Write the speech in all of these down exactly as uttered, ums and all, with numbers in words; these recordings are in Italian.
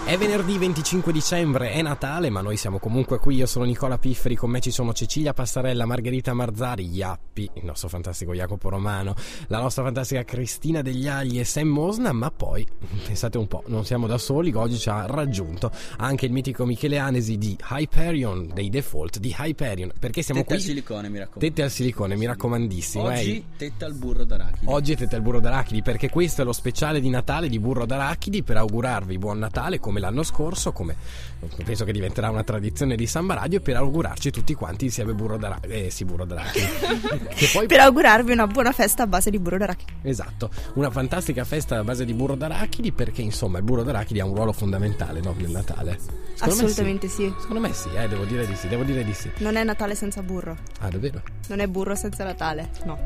È venerdì venticinque dicembre, è Natale, ma noi siamo comunque qui. Io sono Nicola Pifferi, con me ci sono Cecilia Passarella, Margherita Marzari, Iappi, il nostro fantastico Jacopo Romano, la nostra fantastica Cristina Degli Agli e Sam Mosna. Ma poi, pensate un po', non siamo da soli, oggi ci ha raggiunto anche il mitico Michele Anesi di Hyperion, dei Default di Hyperion. Perché siamo tette qui? Tette al silicone, mi raccomando. Tette al silicone, mi raccomandissimo. Oggi eh. tette al burro d'arachidi. Oggi tette al burro d'arachidi, perché questo è lo speciale di Natale di burro d'arachidi, per augurarvi buon Natale come l'anno scorso, come penso che diventerà una tradizione di Samba Radio, e per augurarci tutti quanti insieme burro d'arachidi. Eh sì, burro d'arachidi. Che poi... per augurarvi una buona festa a base di burro d'arachidi. Esatto, una fantastica festa a base di burro d'arachidi, perché insomma il burro d'arachidi ha un ruolo fondamentale, no, nel Natale. Secondo Assolutamente me sì. sì. Secondo me sì, eh, devo dire di sì, devo dire di sì. Non è Natale senza burro. Ah, davvero? Non è burro senza Natale, no.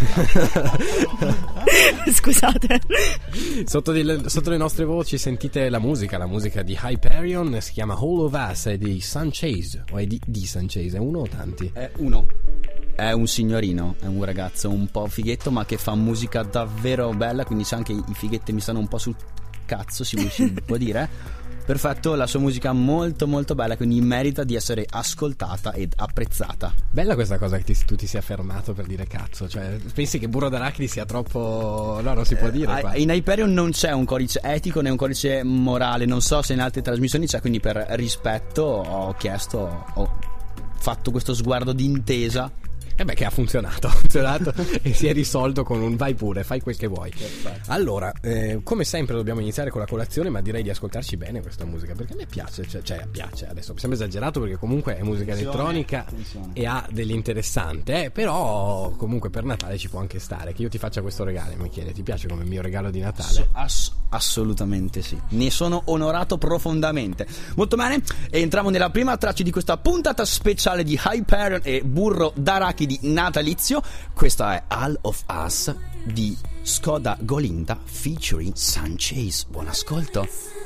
Scusate. Sotto, di, sotto le nostre voci sentite la musica, la musica di Hyperion, si chiama All of Us, è di Sanchez, o è di, di Sanchez, è uno o tanti? È uno. È un signorino, è un ragazzo un po' fighetto, ma che fa musica davvero bella, quindi se anche i fighetti mi stanno un po' sul cazzo, si, si può dire. Perfetto, la sua musica molto molto bella, quindi merita di essere ascoltata ed apprezzata. Bella questa cosa che ti, tu ti sia fermato per dire cazzo, cioè pensi che burro d'arachidi sia troppo... no, non si può eh, dire qua. In Hyperion non c'è un codice etico né un codice morale, non so se in altre trasmissioni c'è, quindi per rispetto ho chiesto, ho fatto questo sguardo d'intesa. E eh beh, che ha funzionato, ha funzionato e si è risolto con un vai pure, fai quel che vuoi. Perfetto. Allora, eh, come sempre dobbiamo iniziare con la colazione, ma direi di ascoltarci bene questa musica, perché a me piace, cioè, cioè piace, adesso mi sembra esagerato perché comunque è musica Attenzione, elettronica attenzione. E ha dell'interessante, eh, però comunque per Natale ci può anche stare, che io ti faccia questo regalo, Michele, ti piace come mio regalo di Natale? So, ass- assolutamente sì, ne sono onorato profondamente. Molto bene, e entriamo nella prima traccia di questa puntata speciale di Hyperion e burro d'arachidi natalizio. Questa è All of Us di Skoda Golinda featuring Sanchez. Buon ascolto.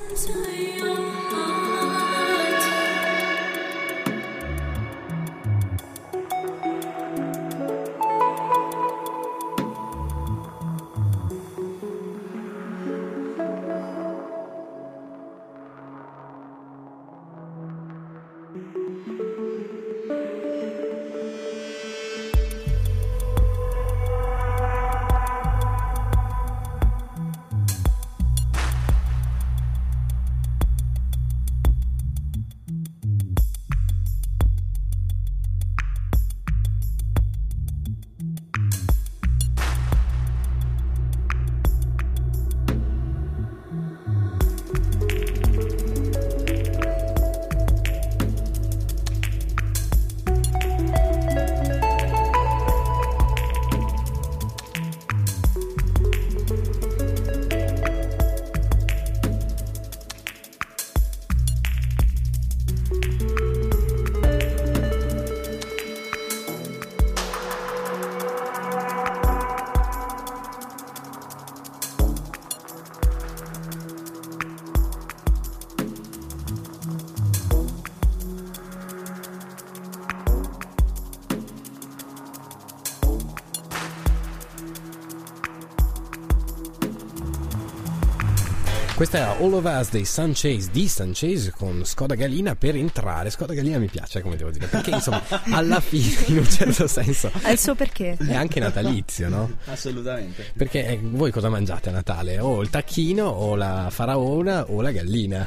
Questa era All of Us dei Sanchez, di Sanchez con Skoda Galina per entrare. Skoda Galina mi piace, come devo dire, perché insomma alla fine in un certo senso ha il suo perché, è anche natalizio, no? Assolutamente. Perché eh, voi cosa mangiate a Natale? O il tacchino o la faraona o la gallina.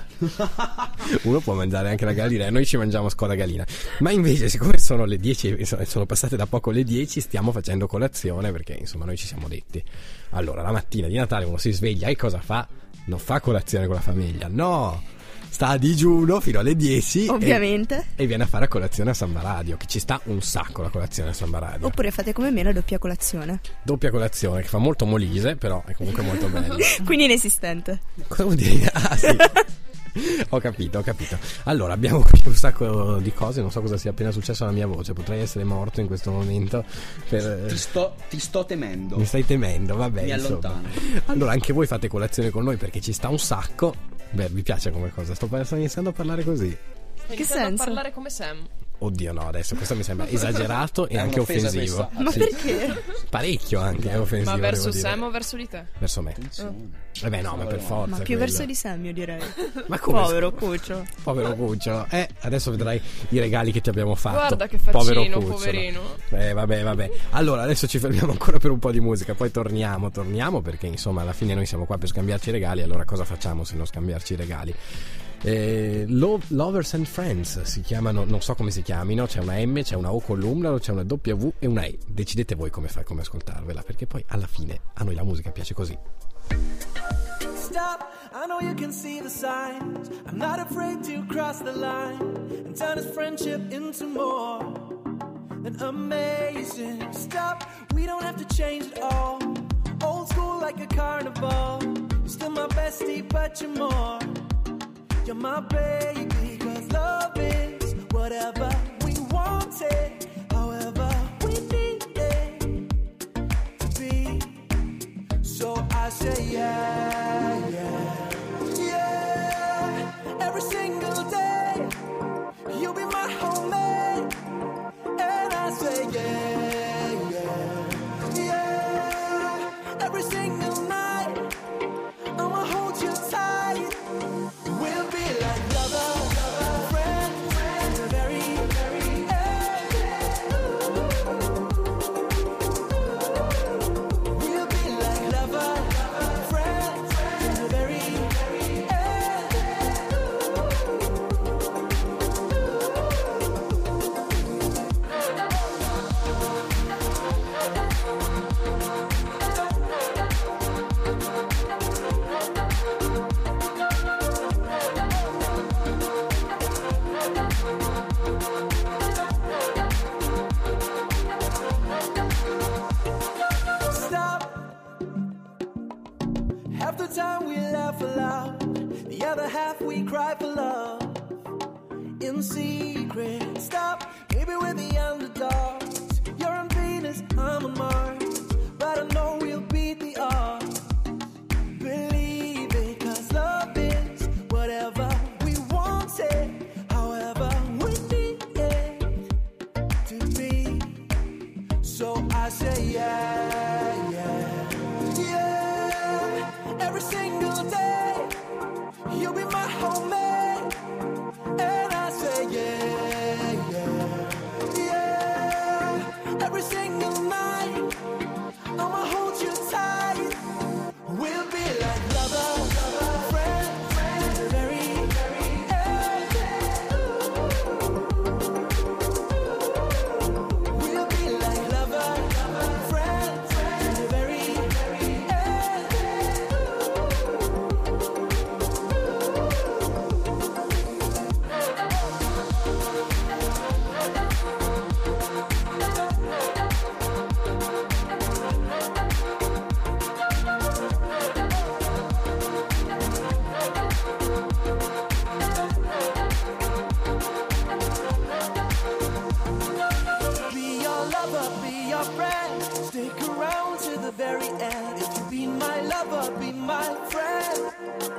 Uno può mangiare anche la gallina e noi ci mangiamo Skoda Galina. Ma invece, siccome sono le dieci, sono passate da poco le dieci, stiamo facendo colazione, perché insomma noi ci siamo detti, allora la mattina di Natale uno si sveglia e cosa fa? Non fa colazione con la famiglia, no, sta a digiuno fino alle dieci ovviamente, e, e viene a fare colazione a Samba Radio, che ci sta un sacco la colazione a Samba Radio. Oppure fate come me la doppia colazione. Doppia colazione, che fa molto molise, però è comunque molto bella. Quindi inesistente. Cosa vuol dire? Ah sì. Ho capito, ho capito. Allora, abbiamo qui un sacco di cose. Non so cosa sia appena successo alla mia voce. Potrei essere morto in questo momento per... Ti sto, ti sto temendo. Mi stai temendo, vabbè. Mi insomma. allontano. Allora, anche voi fate colazione con noi, perché ci sta un sacco. Beh, vi piace come cosa? Sto, sto iniziando a parlare così. Sto Che iniziando senso? a parlare come Sam. Oddio no, adesso questo mi sembra esagerato e È anche un'offesa offensivo. questa. Ma Sì. perché? Parecchio anche è offensivo. Ma verso devo dire. Sam o verso di te? Verso me. Eh beh no, ma per forza. Ma più quello. verso di Sam, io direi. Ma come? Povero cuccio. Povero cucciolo. Eh, adesso vedrai i regali che ti abbiamo fatto. Guarda che Povero faccino, cucciolo. poverino. Eh, vabbè, vabbè. Allora, adesso ci fermiamo ancora per un po' di musica, poi torniamo, torniamo perché insomma alla fine noi siamo qua per scambiarci i regali, allora cosa facciamo se non scambiarci i regali? Eh, Lo- Lovers and Friends si chiamano, non so come si chiamino, c'è una M, c'è una O con l'umlaut, c'è una W e una E. Decidete voi come fare, come ascoltarvela, perché poi alla fine a noi la musica piace così. Stop, I know you can see the signs. I'm not afraid to cross the line and turn this friendship into more than amazing. Stop, we don't have to change it all. Old school like a carnival. You're still my bestie, but you're more. You're my baby, cause love is whatever we want it, however we need it to be. So I say yeah, yeah, yeah. Every single day, you'll be my homemade. And I say yeah, yeah, yeah. Every single night, I'ma hold you tight. We'll be like lovers, friends, friends, very, very end. We'll be like lovers, friends, friends, very, very end. Stop. Half the time we laugh aloud, the other half we cry for love in secret. Stop, maybe we're the underdogs. You're on Venus, I'm on Mars, but I know we'll beat the odds. Believe it, cause love is whatever we want it, however we need it to be. So I say yeah, yeah, yeah. Every single day, you'll be my homemade. And I say yeah, yeah, yeah. Every single night, I'ma hold you tight. We'll be like lovers, friends, friends, very, very end. We'll be like lovers, friends, friends, very, very end. Be your lover, be your friend. Stick around to the very end. If you be my lover, be my friend.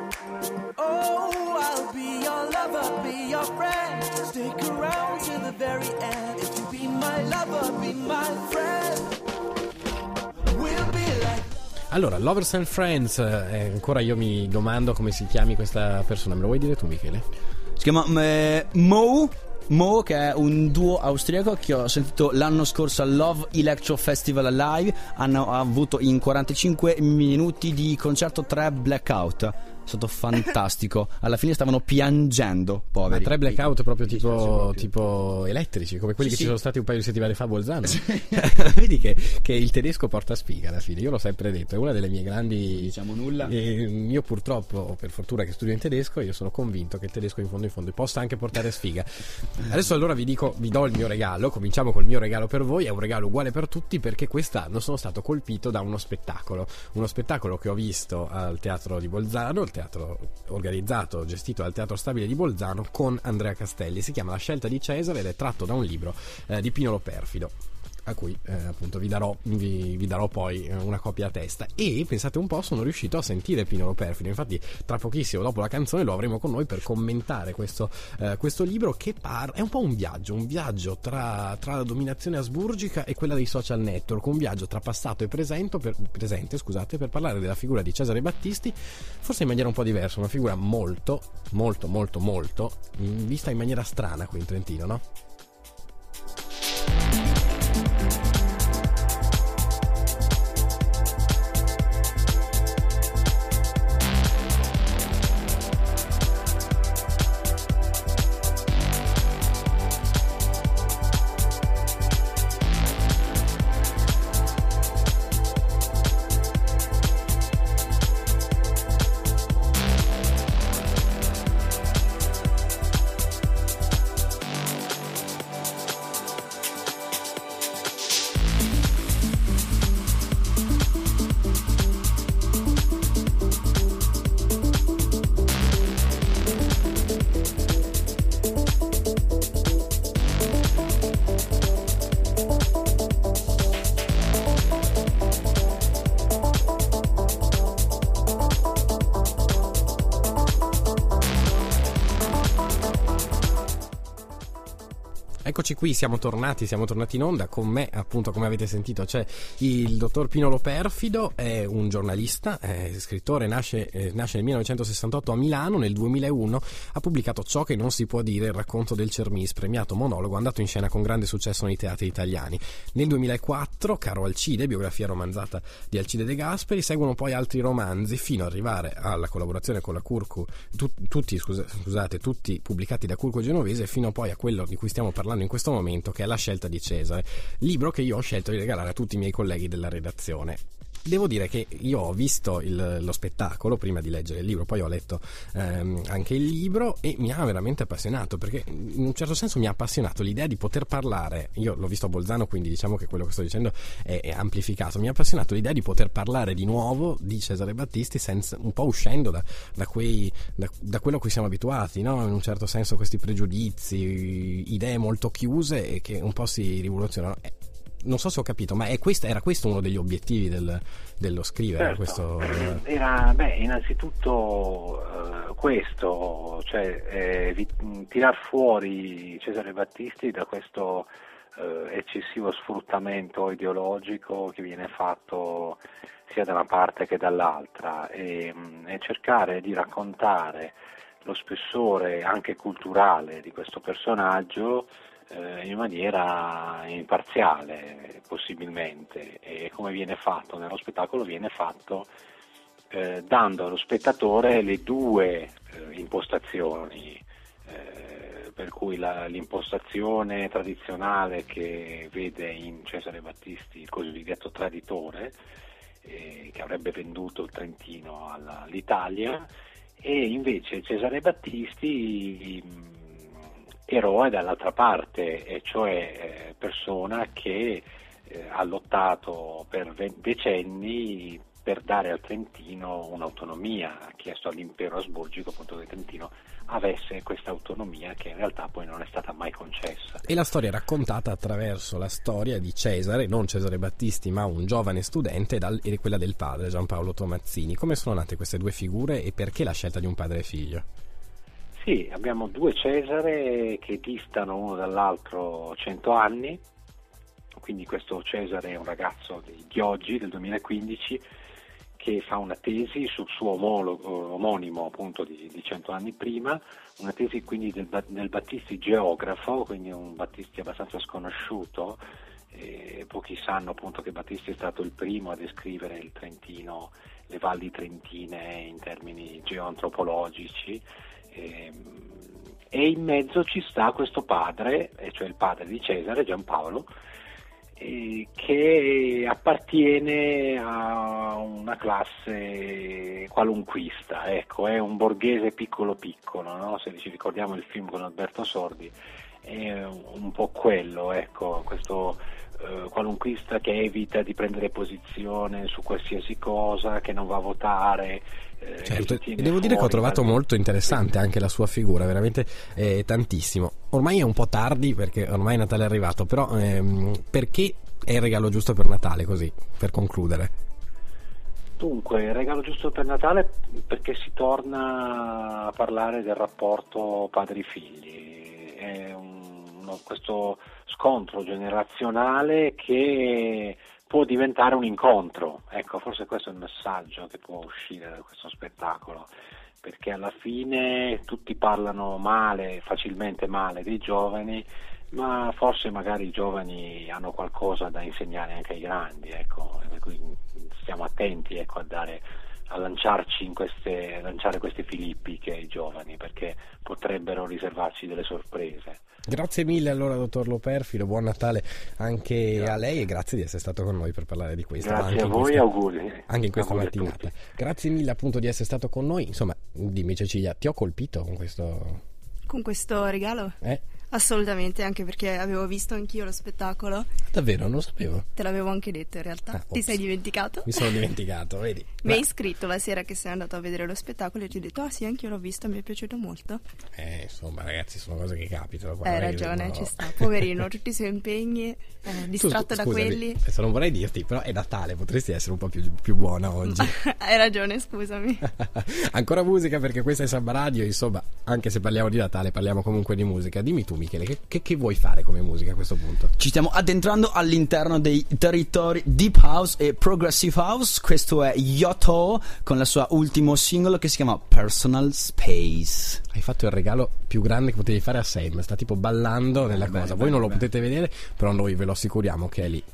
Oh, I'll be your lover, be your friend. Stick around to the very end. If you be my lover, be my friend. We'll be like. Allora, Lovers and Friends, eh, ancora io mi domando come si chiami questa persona, me lo vuoi dire tu Michele? Si chiama eh, Mo Mo, che è un duo austriaco che ho sentito l'anno scorso al Love Electro Festival Live. Hanno avuto in quarantacinque minuti di concerto tre blackout. È stato fantastico. Alla fine stavano piangendo, poveri. Ma tre blackout proprio Mi tipo, dispiace proprio. tipo elettrici, come quelli Sì, che sì. ci sono stati un paio di settimane fa a Bolzano. Vedi che, che il tedesco porta sfiga alla fine, io l'ho sempre detto, è una delle mie grandi... Diciamo nulla. Eh, io purtroppo, o per fortuna che studio in tedesco, io sono convinto che il tedesco in fondo in fondo possa anche portare sfiga. Adesso allora vi dico, vi do il mio regalo, cominciamo col mio regalo per voi, è un regalo uguale per tutti perché quest'anno sono stato colpito da uno spettacolo, uno spettacolo che ho visto al Teatro di Bolzano, il teatro organizzato, gestito dal Teatro Stabile di Bolzano con Andrea Castelli, si chiama La scelta di Cesare ed è tratto da un libro eh, di Pino Lo Perfido. a cui eh, appunto vi darò, vi, vi darò poi eh, una copia a testa. E pensate un po', sono riuscito a sentire Pino Lo Perfido, infatti tra pochissimo dopo la canzone lo avremo con noi per commentare questo, eh, questo libro che par- è un po' un viaggio, un viaggio tra, tra la dominazione asburgica e quella dei social network, un viaggio tra passato e presente per, presente, scusate, per parlare della figura di Cesare Battisti, forse in maniera un po' diversa, una figura molto, molto, molto, molto mh, vista in maniera strana qui in Trentino, no? Eccoci qui, siamo tornati, siamo tornati in onda. Con me, appunto, come avete sentito, c'è il dottor Pino Lo Perfido, è un giornalista, è scrittore, nasce, eh, nasce nel millenovecentosessantotto a Milano, nel duemilauno ha pubblicato Ciò che non si può dire, il racconto del Cermis, premiato monologo, andato in scena con grande successo nei teatri italiani. Nel duemilaquattro, Caro Alcide, biografia romanzata di Alcide De Gasperi, seguono poi altri romanzi fino ad arrivare alla collaborazione con la Curcu, tu, tutti, scusa, scusate, tutti pubblicati da Curcu Genovese, fino poi a quello di cui stiamo parlando in questo momento, che è La scelta di Cesare, libro che io ho scelto di regalare a tutti i miei colleghi della redazione. Devo dire che io ho visto il, lo spettacolo prima di leggere il libro, poi ho letto ehm, anche il libro e mi ha veramente appassionato, perché in un certo senso mi ha appassionato l'idea di poter parlare. Io l'ho visto a Bolzano, quindi diciamo che quello che sto dicendo è, è amplificato. Mi ha appassionato l'idea di poter parlare di nuovo di Cesare Battisti, senza, un po' uscendo da, da, quei, da, da quello a cui siamo abituati, no? In un certo senso questi pregiudizi, idee molto chiuse e che un po' si rivoluzionano. Eh, non so se ho capito, ma è questo, era questo uno degli obiettivi del, dello scrivere? Certo. Questo... Era, beh, innanzitutto uh, questo, cioè eh, vi, tirar fuori Cesare Battisti da questo uh, eccessivo sfruttamento ideologico che viene fatto sia da una parte che dall'altra, e, e cercare di raccontare lo spessore anche culturale di questo personaggio in maniera imparziale possibilmente, e come viene fatto nello spettacolo viene fatto eh, dando allo spettatore le due eh, impostazioni, eh, per cui la, l'impostazione tradizionale che vede in Cesare Battisti il cosiddetto traditore, eh, che avrebbe venduto il Trentino alla, all'Italia, e invece Cesare Battisti eroe dall'altra parte, e cioè eh, persona che eh, ha lottato per decenni per dare al Trentino un'autonomia, ha chiesto all'impero asburgico appunto che il Trentino avesse questa autonomia che in realtà poi non è stata mai concessa. E la storia è raccontata attraverso la storia di Cesare, non Cesare Battisti ma un giovane studente, e quella del padre Giampaolo Tomazzini. Come sono nate queste due figure e perché la scelta di un padre e figlio? Sì, abbiamo due Cesare che distano uno dall'altro cento anni, quindi questo Cesare è un ragazzo di oggi, del duemilaquindici, che fa una tesi sul suo omologo, omonimo appunto di, di cento anni prima, una tesi quindi del, del Battisti geografo, quindi un Battisti abbastanza sconosciuto. E pochi sanno appunto che Battisti è stato il primo a descrivere il Trentino, le valli trentine in termini geoantropologici. E in mezzo ci sta questo padre, e cioè il padre di Cesare, Giampaolo, eh, che appartiene a una classe qualunquista, ecco, è un borghese piccolo piccolo, no? Se ci ricordiamo il film con Alberto Sordi, è un po' quello, ecco, questo eh, qualunquista che evita di prendere posizione su qualsiasi cosa, che non va a votare. Eh, certo, e devo dire che ho trovato dalle... molto interessante anche la sua figura, veramente eh, tantissimo. Ormai è un po' tardi perché ormai Natale è arrivato, però ehm, perché è il regalo giusto per Natale, così, per concludere? Dunque, il regalo giusto per Natale perché si torna a parlare del rapporto padri-figli. È un, uno, questo scontro generazionale che può diventare un incontro. Ecco, forse questo è il messaggio che può uscire da questo spettacolo, perché alla fine tutti parlano male, facilmente male dei giovani, ma forse magari i giovani hanno qualcosa da insegnare anche ai grandi, ecco, e quindi stiamo attenti, ecco, a dare a lanciarci in queste, lanciare queste filippiche ai giovani, perché potrebbero riservarci delle sorprese. Grazie mille allora dottor Loperfido, buon Natale anche grazie. A lei e grazie di essere stato con noi per parlare di questo. Grazie anche a voi, questa, auguri. Anche in questa auguri mattinata. Grazie mille appunto di essere stato con noi. Insomma, dimmi Cecilia, ti ho colpito con questo... Con questo regalo? Eh? Assolutamente, anche perché avevo visto anch'io lo spettacolo. Davvero? Non lo sapevo. Te l'avevo anche detto in realtà. Ah, ti sei dimenticato? Mi sono dimenticato, vedi. Mi hai scritto la sera che sei andato a vedere lo spettacolo e ti ho detto ah sì, anch'io l'ho visto, mi è piaciuto molto. Eh, insomma ragazzi, sono cose che capitano. Hai ragione, devono... ci sta. Poverino, tutti i suoi impegni, eh, distratto tu, da scusami, quelli. Adesso non vorrei dirti, però è Natale, potresti essere un po' più, più buona oggi. Hai ragione, scusami. Ancora musica, perché questa è Samba Radio, insomma, anche se parliamo di Natale, parliamo comunque di musica. Dimmi tu Michele, che, che, che vuoi fare come musica a questo punto? Ci stiamo addentrando all'interno dei territori Deep House e Progressive House. Questo è Yotto con la sua ultimo singolo che si chiama Personal Space. Hai fatto il regalo più grande che potevi fare a Sam, sta tipo ballando nella eh, cosa. beh, Voi beh, non lo beh. potete vedere, però noi ve lo assicuriamo che è lì.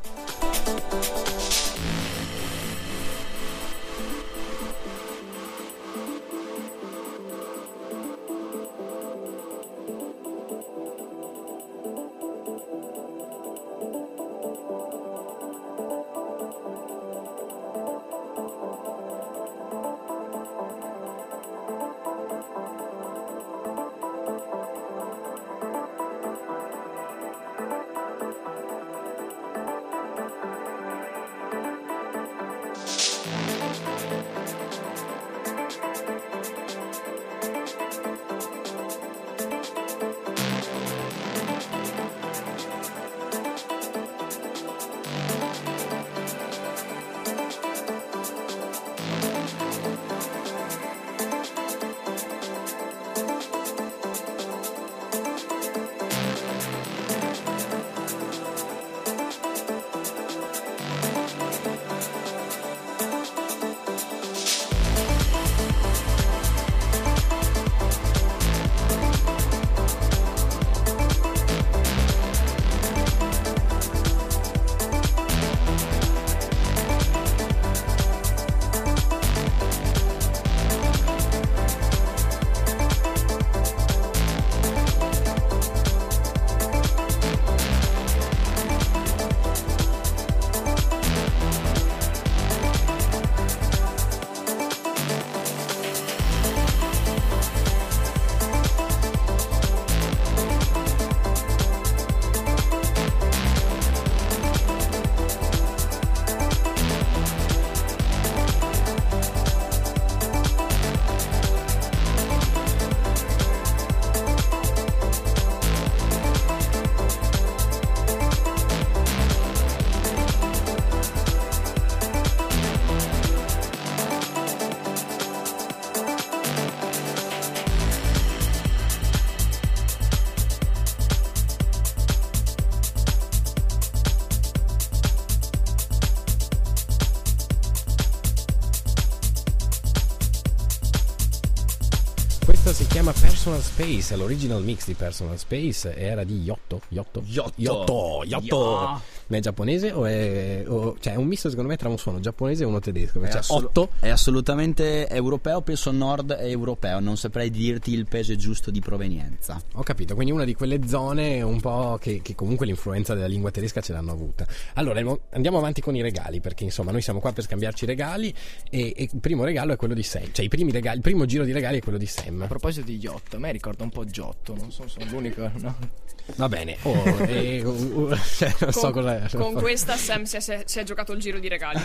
Si chiama Personal Space, è l'original mix di Personal Space, era di Yotto Yotto Yotto Yotto, Yotto. Yeah. Ma è giapponese o è o, cioè è un misto secondo me tra un suono giapponese e uno tedesco, È, cioè assolu- otto è assolutamente europeo, penso nord europeo, non saprei dirti il peso giusto di provenienza. Ho capito, quindi una di quelle zone un po' che, che comunque l'influenza della lingua tedesca ce l'hanno avuta. Allora andiamo avanti con i regali, perché insomma noi siamo qua per scambiarci regali e, e il primo regalo è quello di Sam, cioè i primi regali, il primo giro di regali è quello di Sam. A proposito di Yotto, a me ricorda un po' Giotto, non so, sono l'unico, no? Va bene, oh, e, uh, uh, cioè, non con, so cosa. con questa Sam si è, si, è, si è giocato il giro di regali.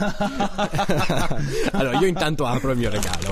Allora io intanto apro il mio regalo.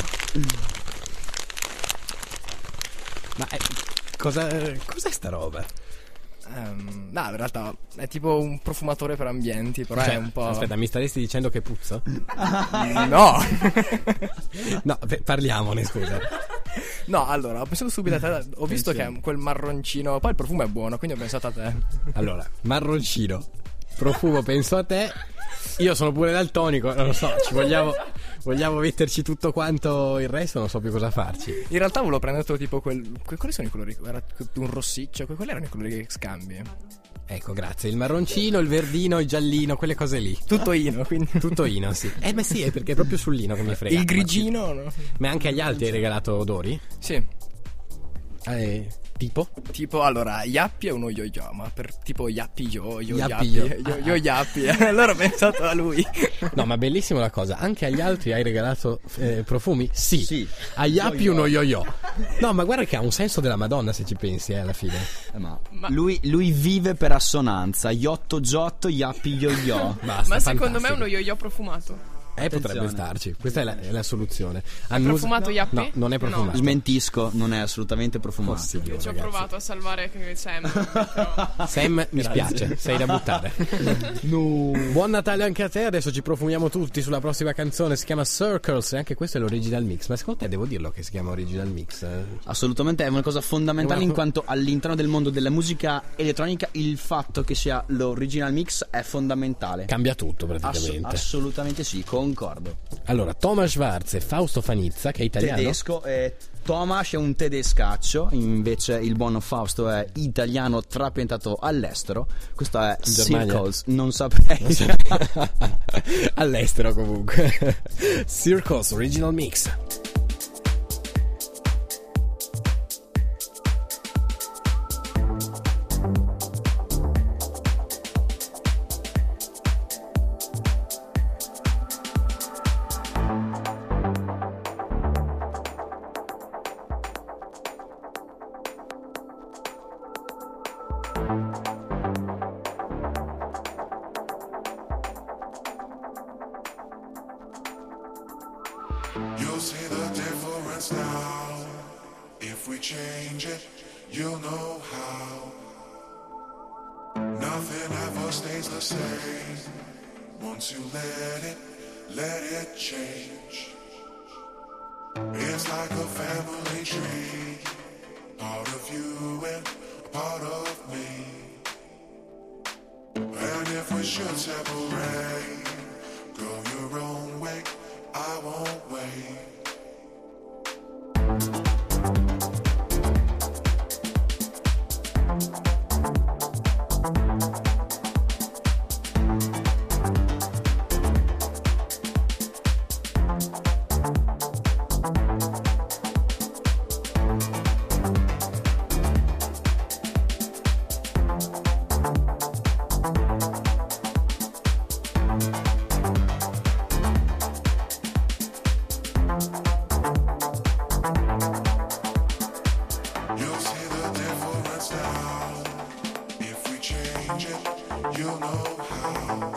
Ma eh, cosa cos'è sta roba? Um, no, in realtà è tipo un profumatore per ambienti, però Cioè, è un po'... Aspetta, mi staresti dicendo che puzza? No! No, beh, parliamone, scusa. No, allora, ho pensato subito a te, ho visto Pensiamo. che è quel marroncino, poi il profumo è buono, quindi ho pensato a te. Allora, marroncino, profumo, penso a te. Io sono pure daltonico, non lo so, ci vogliamo, vogliamo metterci tutto quanto il resto, non so più cosa farci. In realtà volevo prendere tipo quel... que- quali sono i colori? Era un rossiccio, que- quelli erano i colori che scambi. Ecco, grazie. Il marroncino, il verdino, il giallino, quelle cose lì. Tutto ino, quindi... Tutto ino, sì. Eh, beh sì, è perché è proprio sul lino che mi frega. Il grigino, no? Ma anche agli altri hai regalato odori? Sì. Eh, tipo? Tipo, allora, Yappi è uno yo-yo, ma per tipo Yappi yo, yo Yappi Yappi, yo. yo, yo Yappi. Allora ho pensato a lui. No, ma bellissima la cosa. Anche agli altri hai regalato eh, profumi? Sì. Sì. Agli appi Yo-yo. uno yo-yo. No, ma guarda che ha un senso della Madonna se ci pensi, eh, alla fine. Eh, ma Ma- Lui, lui vive per assonanza. Iotto giotto, yappi yo-yo. Basta, Ma secondo me è fantastico. uno yo-yo profumato. Eh, potrebbe Attenzione. starci. Questa è la, è la soluzione. È profumato Yappi? No, non è profumato. Smentisco, non è assolutamente profumato. Ossi Dio, Io ci ho ragazzi. provato a salvare Sam. però- Sam, mi spiace, sei da buttare. Buon Natale anche a te. Adesso ci profumiamo tutti sulla prossima canzone. Si chiama Circles. E anche questo è l'original mix. Ma secondo te devo dirlo che si chiama original mix? Eh? Assolutamente, è una cosa fondamentale È una in co- quanto all'interno del mondo della musica elettronica il fatto che sia l'original mix è fondamentale. Cambia tutto Ass- praticamente. assolutamente sì, concordo. Allora, Thomas Schwarz e Fausto Fanizza, che è italiano. Tedesco, eh, Tomas è un tedescaccio, invece il buon Fausto è italiano trapiantato all'estero. Questo è In Germania? Circles, non saprei. All'estero comunque. Circles Original Mix. You'll see the difference now. If we change it, you'll know how. Nothing ever stays the same. Once you let it, let it change. It's like a family tree. Part of you and a part of me. And if we should separate, go your own way, I won't wait. You'll see the difference now. If we change it, you'll know how.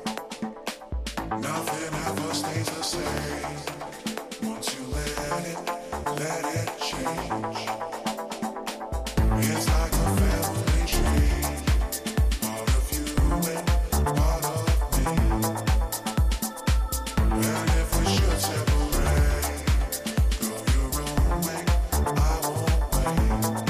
Nothing ever stays the same. Once you let it, let it change. It's like a family tree. Part of you and part of me. And if we should separate, go your own way, I won't wait.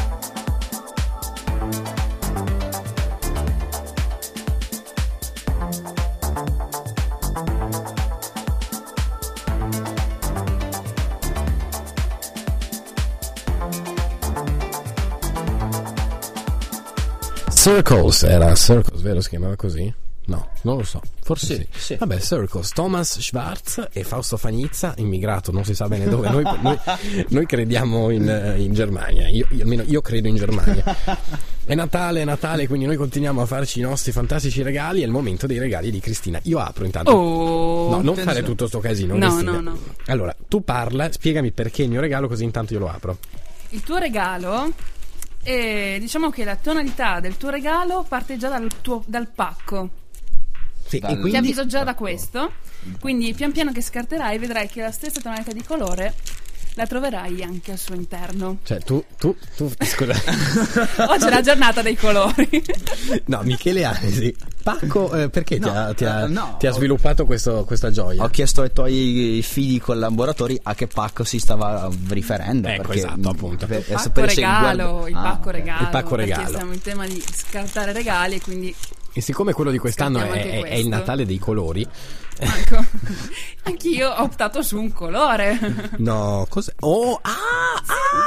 Circles, era Circles, vero? Si chiamava così? No, non lo so, forse sì. Sì, sì. Vabbè, Circles, Thomas Schwarz e Fausto Fanizza, immigrato, non si sa bene dove. Noi, noi, noi crediamo in, eh, in Germania, io, io- almeno io credo in Germania. È Natale, è Natale, quindi noi continuiamo a farci i nostri fantastici regali. È il momento dei regali di Cristina. Io apro intanto. Oh, no, non attenzione. fare tutto sto casino. No, Cristina. no, no. Allora, tu parla, spiegami perché il mio regalo, così intanto io lo apro. Il tuo regalo, eh, diciamo che la tonalità del tuo regalo parte già dal, tuo, dal pacco. Sì, Dal- e Ti quindi avviso già da questo. Quindi pian piano che scarterai vedrai che la stessa tonalità di colore la troverai anche al suo interno. Cioè, tu, tu, tu, scusa. Oggi è la giornata dei colori. No, Michele Anesi. Pacco, eh, perché ti, No, ha, ti, ha, eh, no. ti ha sviluppato questo, questa gioia? Ho chiesto ai tuoi figli collaboratori a che pacco si stava riferendo. Ecco, perché, esatto, appunto. Per, Il pacco sapere se regalo, guarda- il Ah, pacco ok. regalo. Il pacco regalo. Perché siamo in tema di scartare regali e quindi E siccome quello di quest'anno è, Scartiamo anche è- è il questo. Natale dei colori, ecco, anch'io ho optato su un colore. no, cos'è? Oh, ah,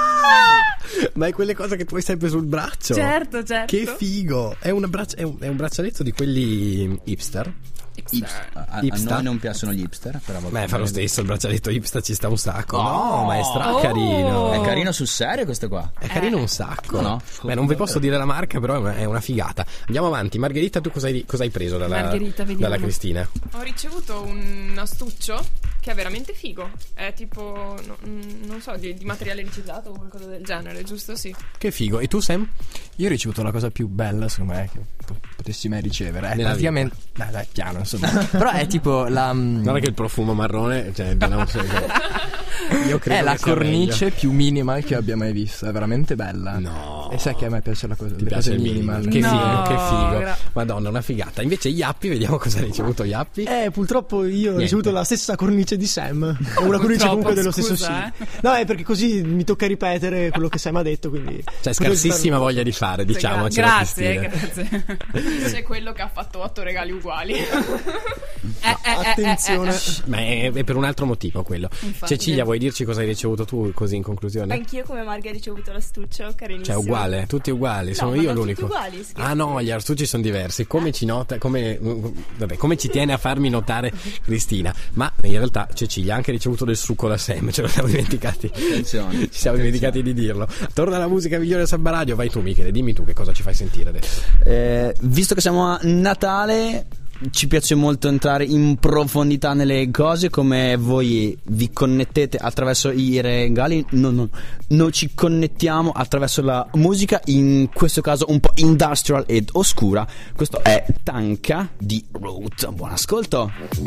ah! Ma è quelle cose che tu hai sempre sul braccio. Certo, certo. Che figo! È, una braccia- è, un, è un braccialetto di quelli hipster. Hipster. A, a Hipster? noi non piacciono gli hipster, però va Beh, bene. fa lo stesso, il braccialetto hipster ci sta un sacco. Oh! No, ma è stra Oh! carino. È carino sul serio questo qua. È carino un sacco. No, no. Beh, non vi posso dire la marca, però è una, è una figata. Andiamo avanti. Margherita, tu cosa hai, cosa hai preso dalla, Margherita, vediamo. dalla Cristina? Ho ricevuto un astuccio che è veramente figo. È tipo, no- mm, non so, di, di materiale riciclato o qualcosa del genere, giusto? Sì. Che figo. E tu, Sam? Io ho ricevuto la cosa più bella, secondo me, che po- potessi mai ricevere. È Nella praticamente. Dai, dai, piano, insomma. Però è tipo la. mm, Guarda che il profumo marrone, cioè, non so che- io credo è la che sia cornice meglio. più minimal che abbia mai visto. È veramente bella. No. E sai che a me piace la cosa. Ti le piace cose il minimal. minimal? Che No, figo, che figo. gra- Madonna, una figata. Invece Yappi, vediamo cosa ha ricevuto Yappi. Eh, purtroppo io ho Niente. ricevuto la stessa cornice di Sam. Ho una cornice Purtroppo, comunque dello stesso scusa, sì. eh. No, è perché così mi tocca ripetere quello che Sam ha detto, quindi Cioè, scarsissima voglia di fare, diciamo. Grazie, grazie. C'è quello che ha fatto otto regali uguali. Eh, eh, eh, eh, attenzione. eh, eh. Ma è, è per un altro motivo quello. Infatti. Cecilia, vuoi dirci cosa hai ricevuto tu, così in conclusione? Anch'io come Marghe ho ricevuto l'astuccio, carinissimo. Cioè, uguale, tutti uguali, No, sono ma io non l'unico. tutti uguali, scherzi. Ah no, gli astucci sono diversi. Come ci nota, come, vabbè, come ci tiene a farmi notare Cristina. Ma in realtà Cecilia ha anche ricevuto del succo da Sam, ce lo siamo dimenticati. Attenzione, Ci siamo attenzione. dimenticati di dirlo. Torna la musica migliore a Samba Radio, vai tu Michele, dimmi tu che cosa ci fai sentire adesso. Eh, visto che siamo a Natale, ci piace molto entrare in profondità nelle cose, come voi vi connettete attraverso i regali. No, no, noi ci connettiamo attraverso la musica, in questo caso un po' industrial ed oscura. Questo è Tanka di Root. Buon ascolto.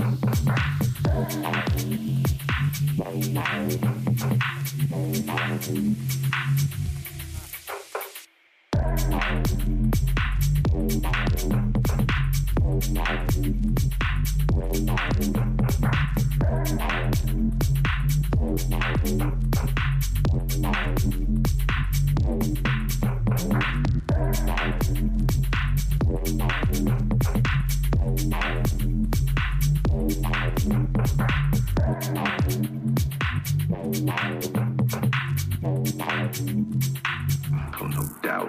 No doubt.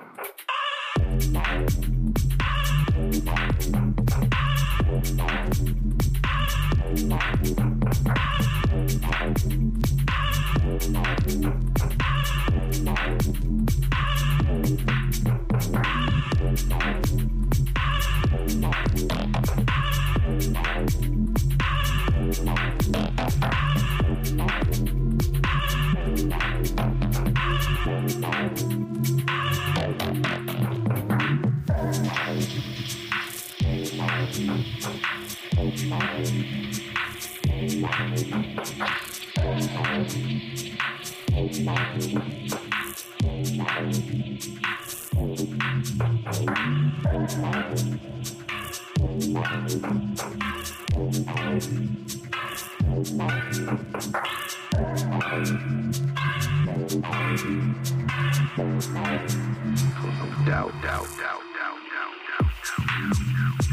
No doubt, doubt, doubt, doubt, doubt, doubt.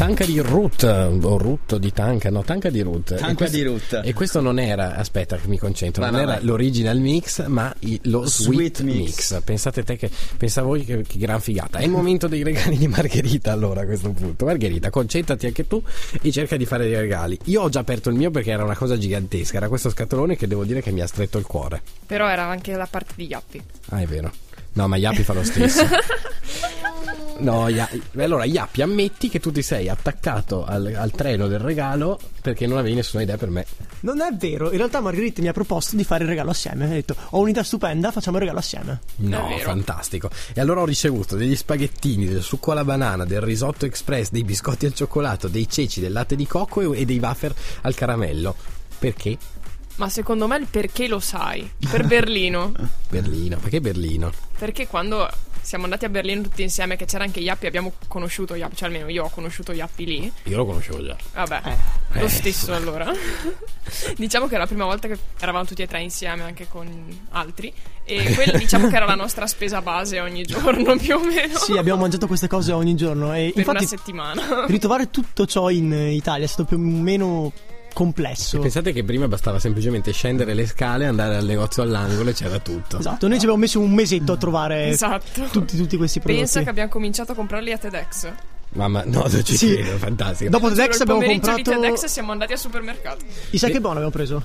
Tanca di Ruth, o Ruth di Tanca, no, Tanca di Ruth. Tanca e questo, di Ruth. E questo non era, aspetta che mi concentro, Vai, non vai, era vai. l'original mix, ma i- lo sweet, Sweet mix. mix. Pensate te che, pensa voi che, che gran figata. È il momento dei regali di Margherita allora a questo punto. Margherita, concentrati anche tu e cerca di fare dei regali. Io ho già aperto il mio perché era una cosa gigantesca, era questo scatolone che devo dire che mi ha stretto il cuore. Però era anche la parte di Yappi. Ah, è vero. No, ma Yappi fa lo stesso. No, Ya- allora Yappi, ammetti che tu ti sei attaccato al, al treno del regalo perché non avevi nessuna idea per me. Non è vero, in realtà Margherita mi ha proposto di fare il regalo assieme. Ha detto: ho un'idea stupenda, facciamo il regalo assieme. No, vero. fantastico. E allora ho ricevuto degli spaghettini, del succo alla banana, del risotto express, dei biscotti al cioccolato, dei ceci, del latte di cocco e, e dei wafer al caramello. Perché? Ma secondo me il perché lo sai. Per Berlino. Berlino, perché Berlino? Perché quando siamo andati a Berlino tutti insieme, che c'era anche Yappi, abbiamo conosciuto Yappi, cioè almeno io ho conosciuto Yappi lì. Io lo conoscevo già. Vabbè, Eh. lo stesso allora. Diciamo che era la prima volta che eravamo tutti e tre insieme, anche con altri. E quella diciamo che era la nostra spesa base ogni giorno, più o meno. Sì, abbiamo mangiato queste cose ogni giorno. E Per infatti una settimana. ritrovare tutto ciò in Italia è stato più o meno complesso. Pensate che prima bastava semplicemente scendere le scale, andare al negozio all'angolo e c'era tutto. Esatto, noi ci abbiamo messo un mesetto a trovare Esatto. tutti, tutti questi prodotti. Pensa che abbiamo cominciato a comprarli a TEDx. Mamma, no, non ci Sì. credo, fantastico. Dopo Giuro, TEDx il abbiamo pomeriggio comprato di TEDx siamo andati al supermercato. i sake buono abbiamo preso.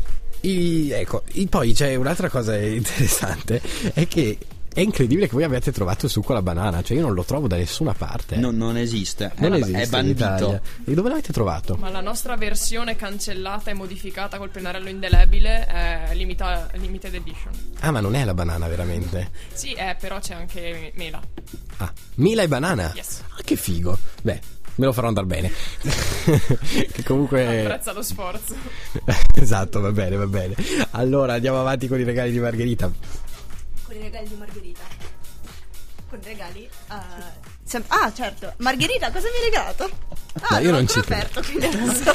I- ecco, i- poi c'è un'altra cosa interessante, è che è incredibile che voi abbiate trovato il succo alla banana, cioè io non lo trovo da nessuna parte. Non, non esiste. non è, esiste è in bandito. Italia. E dove l'avete trovato? Ma la nostra versione cancellata e modificata col pennarello indelebile è limita- limited edition. Ah, ma non è la banana veramente? Sì, eh, però c'è anche mela. Ah, mela e banana? Yes. Ah, che figo. Beh, me lo farò andare bene. Che comunque Apprezza lo sforzo. esatto, va bene, va bene. Allora andiamo avanti con i regali di Margherita. Con i regali di Margherita. Con i regali. uh, sem- ah, certo. Margherita, cosa mi hai regalato? Ah, No, io non ancora ci credo. aperto, quindi adesso.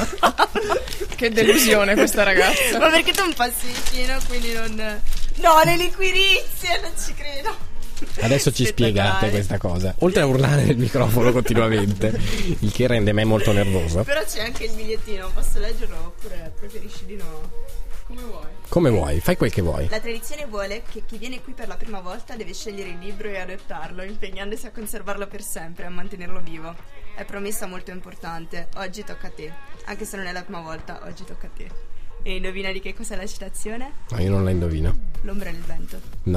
Che delusione questa ragazza. Ma perché tu un passo vicino, quindi non. No, le liquirizie, non ci credo. Adesso ci spiegate Spettacolare. questa cosa. Oltre a urlare nel microfono continuamente, il che rende me molto nervoso. Però c'è anche il bigliettino, posso leggerlo oppure preferisci di no? Come vuoi. Come vuoi, fai quel che vuoi. La tradizione vuole che chi viene qui per la prima volta deve scegliere il libro e adattarlo, impegnandosi a conservarlo per sempre e a mantenerlo vivo. È promessa molto importante. Oggi tocca a te. Anche se non è la prima volta, oggi tocca a te. E indovina di che cos'è la citazione? No, io non la indovino. L'ombra nel vento.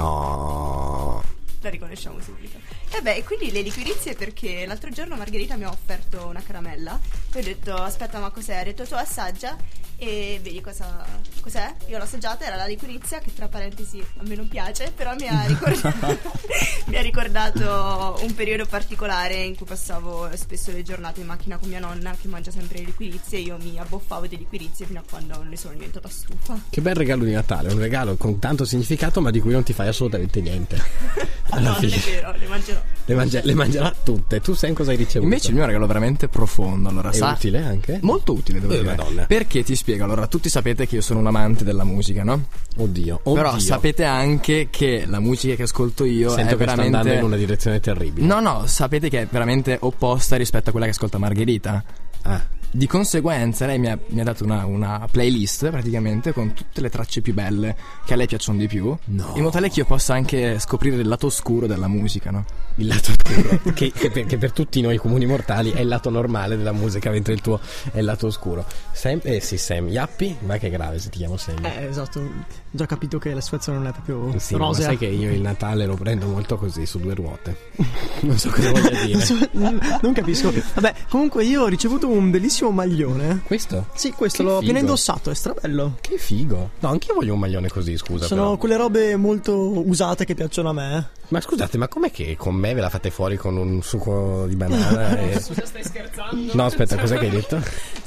No. La riconosciamo subito. E beh, e quindi le liquirizie perché l'altro giorno Margherita mi ha offerto una caramella e ho detto aspetta ma cos'è? Ha detto tu assaggia e vedi cosa cos'è? Io l'ho assaggiata, era la liquirizia che tra parentesi a me non piace, però mi ha ricordato mi ha ricordato un periodo particolare in cui passavo spesso le giornate in macchina con mia nonna che mangia sempre le liquirizie e io mi abboffavo di liquirizie fino a quando ne sono diventata stufa. Che bel regalo di Natale, un regalo con tanto significato ma di cui non ti fai assolutamente niente. Alla No, non fine è vero, le mangerò. le, mangia- le mangerà tutte. Tu sai cosa hai ricevuto? Invece il mio regalo veramente profondo. Allora, è sa- utile anche? Molto utile, devo Eh, dire. Madonna. Perché ti spiego, allora, tutti sapete che io sono un amante della musica, no? Oddio, oddio. Però sapete anche che la musica che ascolto io Sento è che sta andando veramente... in una direzione terribile. No, no, sapete che è veramente opposta rispetto a quella che ascolta Margherita. Ah, Di conseguenza lei mi ha, mi ha dato una, una playlist praticamente con tutte le tracce più belle che a lei piacciono di più, No. in modo tale che io possa anche scoprire il lato oscuro della musica, no? il lato oscuro che, che, per, che per tutti noi comuni mortali è il lato normale della musica, mentre il tuo è il lato oscuro. Sam, eh sì, Sam, Yappi, ma che grave se ti chiamo Sam. Eh, esatto. Ho già capito che la situazione non è proprio Sì, ma rosea. sai che io il Natale lo prendo molto così, su due ruote. Non so cosa voglia dire. Non capisco. Vabbè, comunque io ho ricevuto un bellissimo maglione. Questo? Sì, questo Che l'ho figo. appena indossato, è strabello. Che figo. No, anch'io voglio un maglione così, scusa. Sono però. quelle robe molto usate che piacciono a me. Ma scusate, ma com'è che con me ve la fate fuori con un succo di banana? e... Scusa, stai scherzando? No, aspetta, cos'è che hai detto?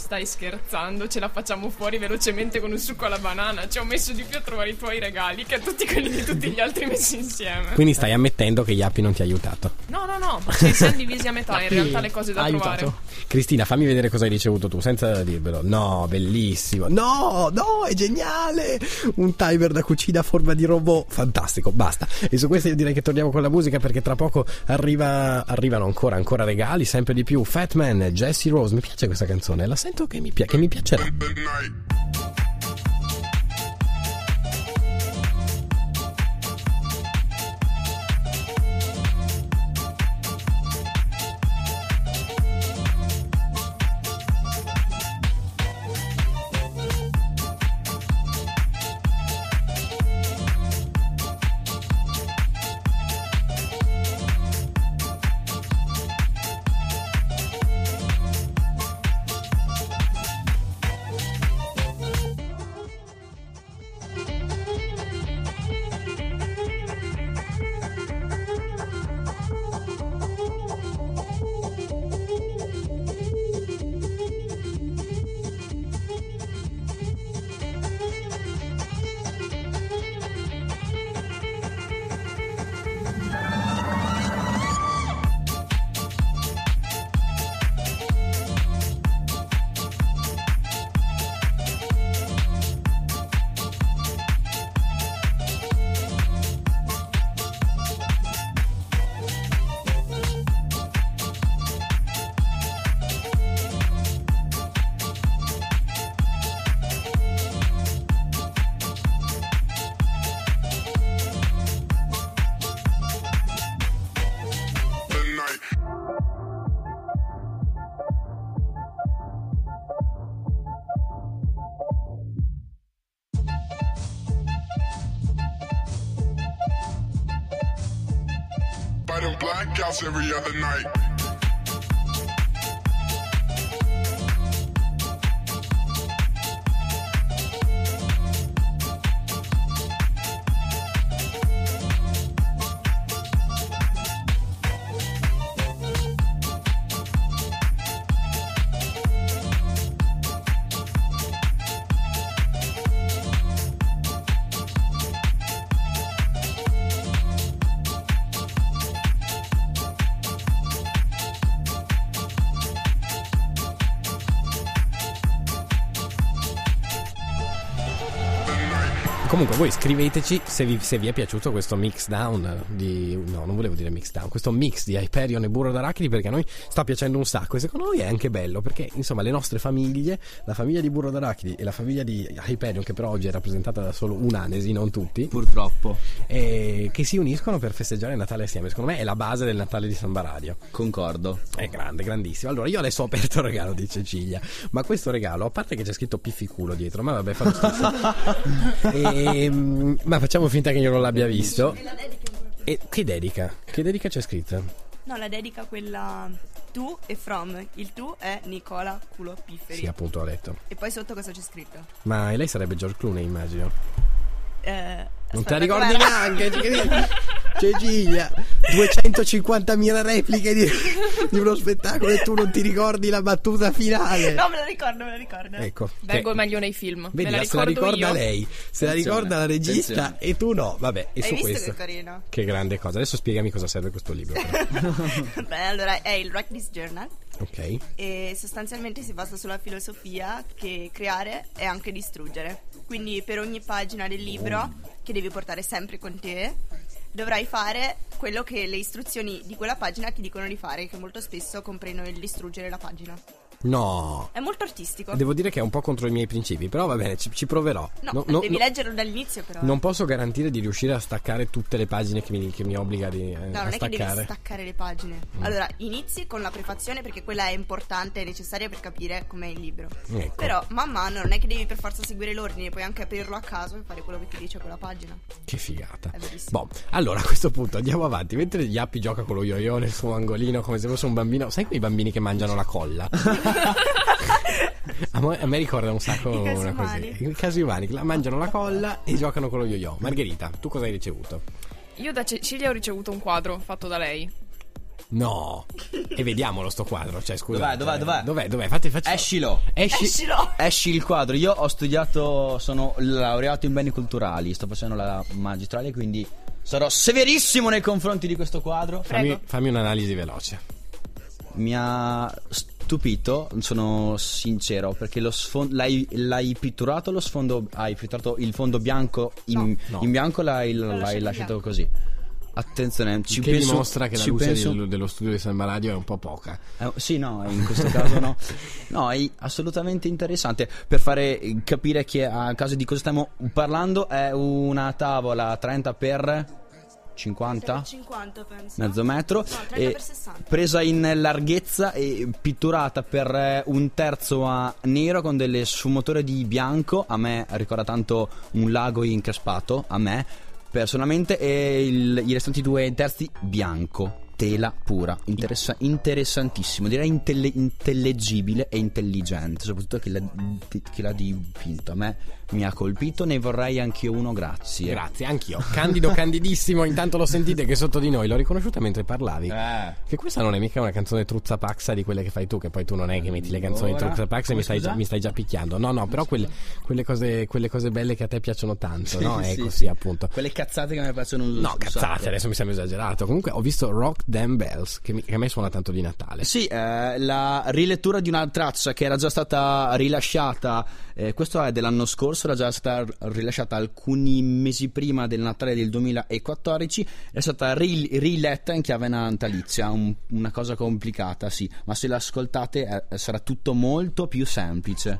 stai scherzando? Ce la facciamo fuori velocemente con un succo alla banana. Ci ho messo di più a trovare i tuoi regali che a tutti quelli di tutti gli altri messi insieme. Quindi stai ammettendo che Yappi non ti ha aiutato? No, no, no, ma ci siamo divisi a metà in realtà le cose da ha trovare. aiutato. Cristina, fammi vedere cosa hai ricevuto tu, senza dirvelo. No, bellissimo. No, no, è geniale. Un timer da cucina a forma di robot. Fantastico, basta. E su questo io direi che torniamo con la musica, perché tra poco arriva, arrivano ancora, ancora regali, sempre di più. Fat Man, Jesse Rose. Mi piace questa canzone, la sento che mi, pi- che mi piacerà. By them blackouts every other night. Comunque voi scriveteci se vi, se vi è piaciuto questo mix down di... no, non volevo dire mix down, questo mix di Hyperion e burro d'arachidi, perché a noi sta piacendo un sacco e secondo noi è anche bello, perché insomma le nostre famiglie, la famiglia di burro d'arachidi e la famiglia di Hyperion, che però oggi è rappresentata da solo un'anesi, non tutti Purtroppo. e che si uniscono per festeggiare il Natale assieme. Secondo me è la base del Natale di Samba Radio. Concordo. È grande, grandissimo. Allora io adesso ho aperto il regalo di Cecilia, ma questo regalo, a parte che c'è scritto pifficulo dietro, ma vabbè, fa lo stesso. e, ma facciamo finta che io non l'abbia visto. E la dedica E che dedica? Che dedica c'è scritta? No, la dedica quella tu e from. Il tu è Nicola Culo Pifferi. Sì, appunto, ho letto. E poi sotto cosa c'è scritto? Ma lei sarebbe George Clooney, immagino. Eh, Non te aspetta, la ricordi com'era? neanche, ci credi? Cecilia, duecentocinquantamila repliche di, di uno spettacolo e tu non ti ricordi la battuta finale. No, me la ricordo, me la ricordo. Ecco, Vengo che- meglio nei film. vedi, Me la se la ricordo ricorda io. lei, se la Attenzione, ricorda la regista attenzione. e tu no. Vabbè, e Hai su visto questo. che carino? Che grande cosa. Adesso spiegami cosa serve questo libro. però. Beh, allora è il Write This Journal Ok. e sostanzialmente si basa sulla filosofia che creare è anche distruggere. Quindi per ogni pagina del libro che devi portare sempre con te dovrai fare quello che le istruzioni di quella pagina ti dicono di fare, che molto spesso comprendono il distruggere la pagina. No. È molto artistico. Devo dire che è un po' contro i miei principi, però va bene, ci, ci proverò. No, No, no, devi no, leggerlo dall'inizio però. non posso garantire di riuscire a staccare tutte le pagine che mi, che mi obbliga di, eh, No, a non è che devi staccare. staccare le pagine. Allora, inizi con la prefazione perché quella è importante e necessaria per capire com'è il libro. Ecco. Però, man mano, non è che devi per forza seguire l'ordine, puoi anche aprirlo a caso e fare quello che ti dice quella pagina. Che figata. È bellissimo. Boh, allora a questo punto andiamo avanti. Mentre Yappi gioca con lo yo-yo nel suo angolino come se fosse un bambino. Sai quei bambini che mangiano la colla? A me, a me ricorda un sacco I casi una umani. così. I casi umani, che la mangiano la colla e giocano con lo yo-yo. Margherita, tu cosa hai ricevuto? Io da Cecilia ho ricevuto un quadro fatto da lei. No. E vediamolo sto quadro, cioè scusa. Dov'è, dov'è, dov'è? Dov'è, dov'è? Fatti, facci... Escilo. Esci... Escilo. Esci il quadro. Io ho studiato, sono laureato in beni culturali, sto facendo la magistrale, quindi sarò severissimo nei confronti di questo quadro. Fammi, fammi un'analisi veloce. Mi ha stupito, sono sincero, perché lo sfondo l'hai, l'hai pitturato lo sfondo, hai pitturato il fondo bianco in, No, no. in bianco, l'hai, l'hai lasciato lasciato bianco. così. Attenzione, ci Che penso, dimostra che la ci luce penso- del- dello studio di Samba Radio è un po' poca. Eh, sì, no, in questo caso no. No, è assolutamente interessante. Per fare capire che a caso di cosa stiamo parlando, è una tavola trenta per cinquanta, cinquanta penso. mezzo metro, No, trenta e per sessanta. presa in larghezza e pitturata per eh, un terzo a nero con delle sfumature di bianco. A me ricorda tanto un lago increspato, a me personalmente, e il- i restanti due terzi bianco, tela pura. Interessa- interessantissimo, direi intelle- intellegibile e intelligente, soprattutto che l'ha, che l'ha dipinto. A me mi ha colpito, ne vorrei anche uno, grazie. Grazie, anch'io. Candido, candidissimo. Intanto lo sentite che sotto di noi l'ho riconosciuta mentre parlavi. Eh. Che questa non è mica una canzone truzza paxa di quelle che fai tu, che poi tu non è che metti le canzoni Allora, truzza paxa e mi come stai, già, scusa? mi stai già picchiando. No, no, però quelle, quelle, cose, quelle cose belle che a te piacciono tanto, no? Sì, Ecco, sì. sì, appunto. Quelle cazzate che mi piacciono un No, un cazzate, sacco. adesso mi sembra esagerato. Comunque ho visto Rock Them Bells, che, mi- che a me suona tanto di Natale. Sì, eh, la rilettura di una traccia che era già stata rilasciata, eh, questo è dell'anno scorso, era già stata rilasciata alcuni mesi prima del Natale del duemilaquattordici, è stata ri- riletta in chiave natalizia, un- una cosa complicata, sì, ma se l'ascoltate eh, sarà tutto molto più semplice.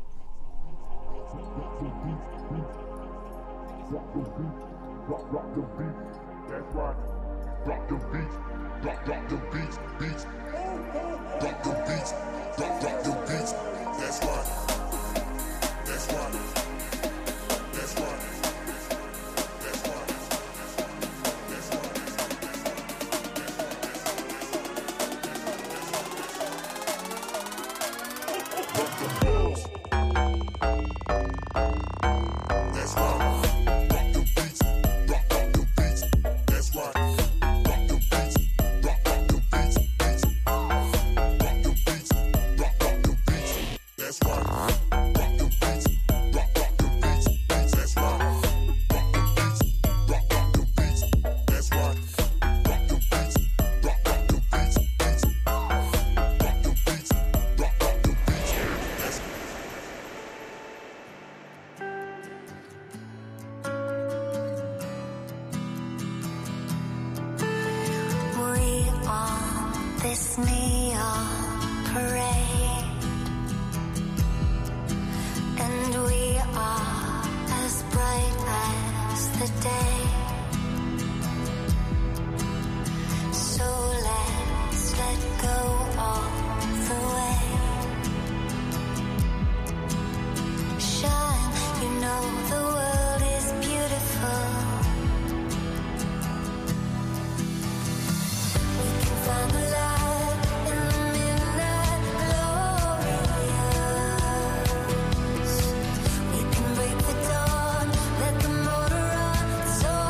We are this neon parade, and we are as bright as the day. So let's let go all the way. Shine, you know the world is beautiful. Find the light in the midnight glorious. We can break the dawn, let the motor run. It's all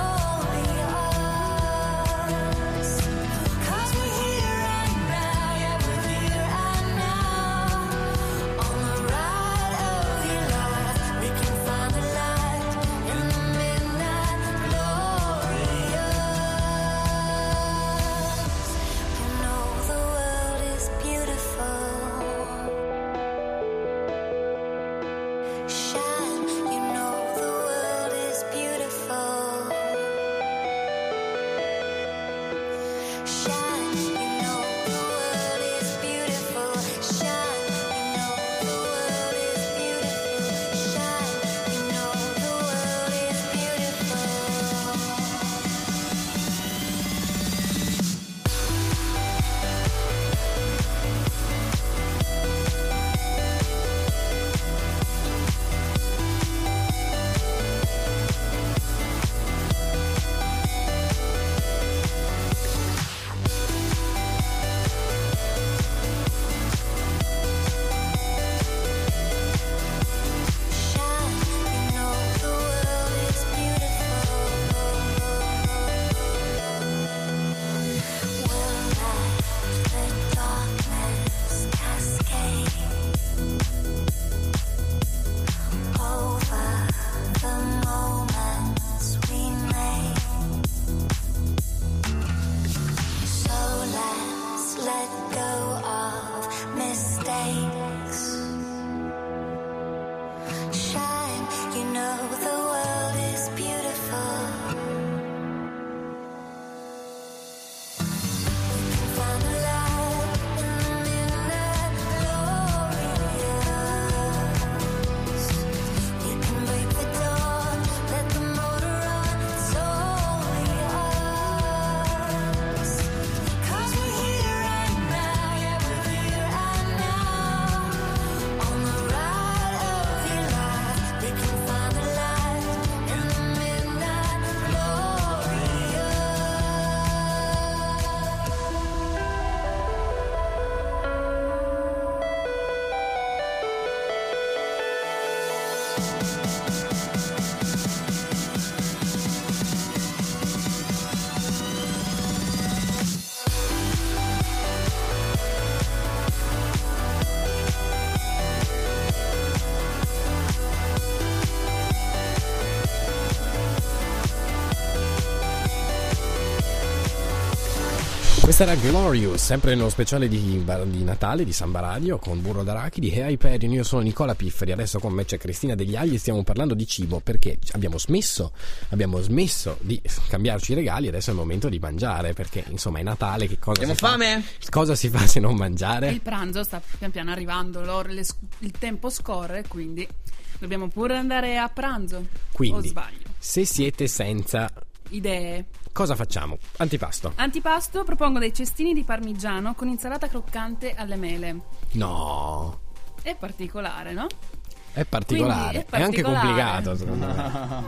Questa era Glorious, sempre nello speciale di, di Natale di Samba Radio con Burro d'Arachidi e Hyperion. Io sono Nicola Pifferi, adesso con me c'è Cristina Degli Agli e stiamo parlando di cibo perché abbiamo smesso, abbiamo smesso di scambiarci i regali, adesso è il momento di mangiare perché insomma è Natale, che cosa Abbiamo si fame? fa? Cosa si fa se non mangiare? Il pranzo sta pian piano arrivando, l'ora- le sc- il tempo scorre, quindi dobbiamo pure andare a pranzo. O Quindi, sbaglio? se siete senza Idee. cosa facciamo? Antipasto. Antipasto, propongo dei cestini di parmigiano con insalata croccante alle mele. No, È particolare, no? è particolare, Quindi è è anche particolare. complicato secondo me.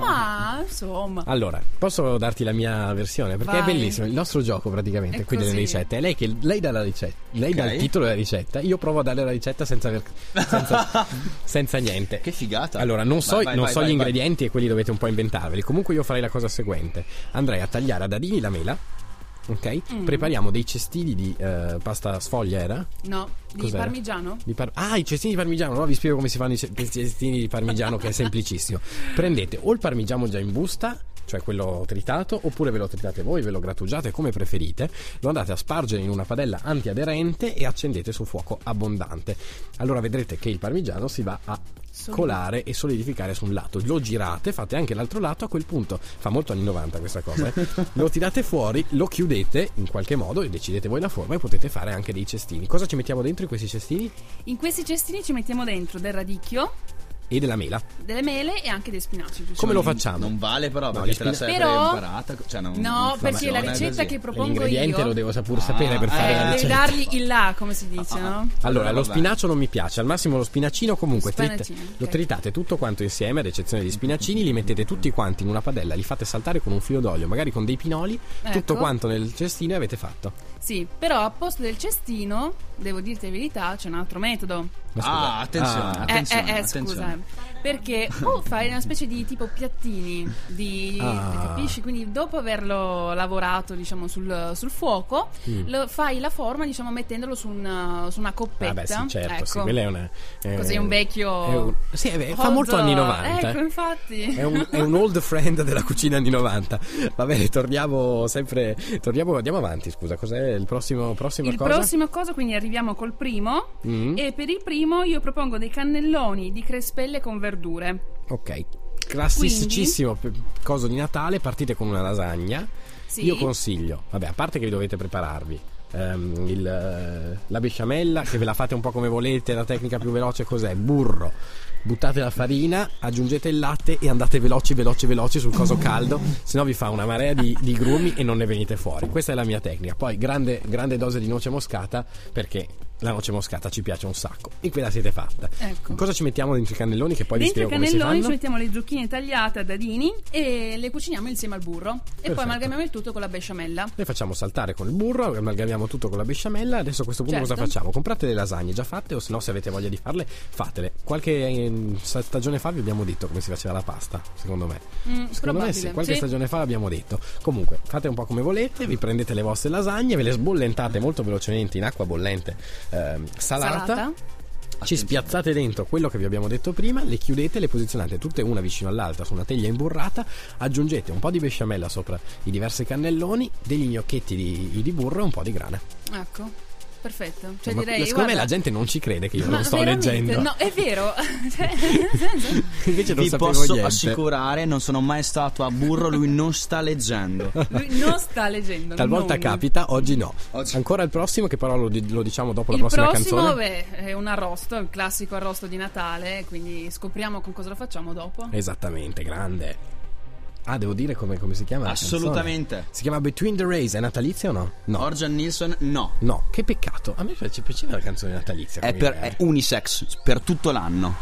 Ma insomma. Allora, posso darti la mia versione? Perché è Vai. bellissimo. Il nostro gioco, praticamente, È qui delle così. ricette. È lei che lei dà la ricetta, lei dà Ok. il titolo della ricetta. Io provo a dare la ricetta senza aver, senza, senza niente. Che figata. Allora, non so, Vai, vai, non vai, so vai, gli vai. ingredienti e quelli dovete un po' inventarveli. Comunque, io farei la cosa seguente: andrei a tagliare a dadini la mela. Ok? Mm. Prepariamo dei cestini di eh, pasta sfoglia, era? No, di Cos'era? parmigiano? Di par- ah, i cestini di parmigiano. No, vi spiego come si fanno i ce- i cestini di parmigiano, che è semplicissimo. Prendete o il parmigiano già in busta, cioè quello tritato, oppure ve lo tritate voi, ve lo grattugiate come preferite, lo andate a spargere in una padella antiaderente e accendete su fuoco abbondante. Allora vedrete che il parmigiano si va a colare e solidificare su un lato, lo girate, fate anche l'altro lato, a quel punto fa molto anni novanta questa cosa, eh? Lo tirate fuori, lo chiudete in qualche modo e decidete voi la forma e potete fare anche dei cestini. Cosa ci mettiamo dentro in questi cestini? In questi cestini ci mettiamo dentro del radicchio, E della mela. delle mele e anche dei spinaci. giusto? Come lo facciamo? Non vale però No, perché gli te la spina- sei Però- imparata. Cioè, non, No, non perché la funziona ricetta così. che propongo L'ingrediente io lo devo pur Ah, sapere per fare eh, la devi ricetta. dargli il là, come si dice, no? Allora, Allora, lo va bene. spinacio non mi piace, al massimo lo spinacino comunque Lo trit- spinacino, lo ok. tritate tutto quanto insieme, ad eccezione degli spinacini, li mettete tutti quanti in una padella, li fate saltare con un filo d'olio, magari con dei pinoli, tutto Ecco. quanto nel cestino e avete fatto. Sì, però a posto del cestino, devo dirti la verità, c'è un altro metodo. Ma scusa. Ah, attenzione, Ah. Eh, attenzione, eh, eh, attenzione. scusa. Perché o fai una specie di tipo piattini di Ah. capisci? Quindi dopo averlo lavorato, diciamo, sul, sul fuoco, Mm. lo, fai la forma, diciamo, mettendolo su una, su una coppetta. Ah beh sì, certo, ecco. sì, quella è una eh, Così è un vecchio è un- sì, eh, beh, fa Old- molto anni novanta. Ecco, infatti. È un, è un old friend della cucina anni novanta. Va bene, torniamo sempre. Torniamo, andiamo avanti. Scusa, cos'è il prossimo, prossimo Il cosa? prossimo cosa, quindi arriviamo col primo. Mm. E per il primo io propongo dei cannelloni di crespelle con verdure. Ok, classicissimo pe- coso di Natale. Partite con una lasagna. Sì. Io consiglio, vabbè, a parte che vi dovete prepararvi ehm, il, eh, la besciamella, che ve la fate un po' come volete. La tecnica più veloce cos'è? Burro. Buttate la farina, aggiungete il latte e andate veloci, veloci, veloci sul coso caldo, se no vi fa una marea di, di grumi e non ne venite fuori. Questa è la mia tecnica. Poi grande, grande dose di noce moscata, perché la noce moscata ci piace un sacco. E quella siete fatta. Ecco. Cosa ci mettiamo dentro i cannelloni? Che poi Dentro vi i spiego come si cannelloni ci fanno. mettiamo le zucchine tagliate a dadini e le cuciniamo insieme al burro. E Perfetto. poi amalgamiamo il tutto con la besciamella. Le facciamo saltare con il burro, amalgamiamo tutto con la besciamella. Adesso a questo punto Certo. cosa facciamo? Comprate le lasagne già fatte, o se no, se avete voglia di farle, fatele. Qualche eh, stagione fa vi abbiamo detto come si faceva la pasta, secondo me. Mm, Secondo me sì, probabile. qualche Sì. stagione fa l'abbiamo detto. Comunque, fate un po' come volete, vi prendete le vostre lasagne, ve le sbollentate molto velocemente in acqua bollente ehm, salata. Salata. Ci spiazzate dentro quello che vi abbiamo detto prima, le chiudete, le posizionate tutte una vicino all'altra su una teglia imburrata, aggiungete un po' di besciamella sopra i diversi cannelloni, degli gnocchetti di, di burro e un po' di grana. Ecco. Perfetto. Cioè Ma direi secondo me guarda, la gente non ci crede che io ma lo sto veramente, leggendo. No, è vero. Cioè, nel senso- Invece non Vi sapevo posso niente. assicurare, non sono mai stato a burro, lui non sta leggendo. lui non sta leggendo. Talvolta non. capita, oggi no. Oggi- Ancora il prossimo, che però lo, di- lo diciamo dopo la Il prossima prossimo canzone. beh, è un arrosto, il classico arrosto di Natale, quindi scopriamo con cosa lo facciamo dopo. Esattamente, grande. Ah, devo dire come, come si chiama? la canzone? Assolutamente. Si chiama Between the Rays, è natalizia o no? No. Orjan Nilsson no. No, che peccato. A me piace- piaceva la canzone natalizia. È, come per, idea. è unisex per tutto l'anno.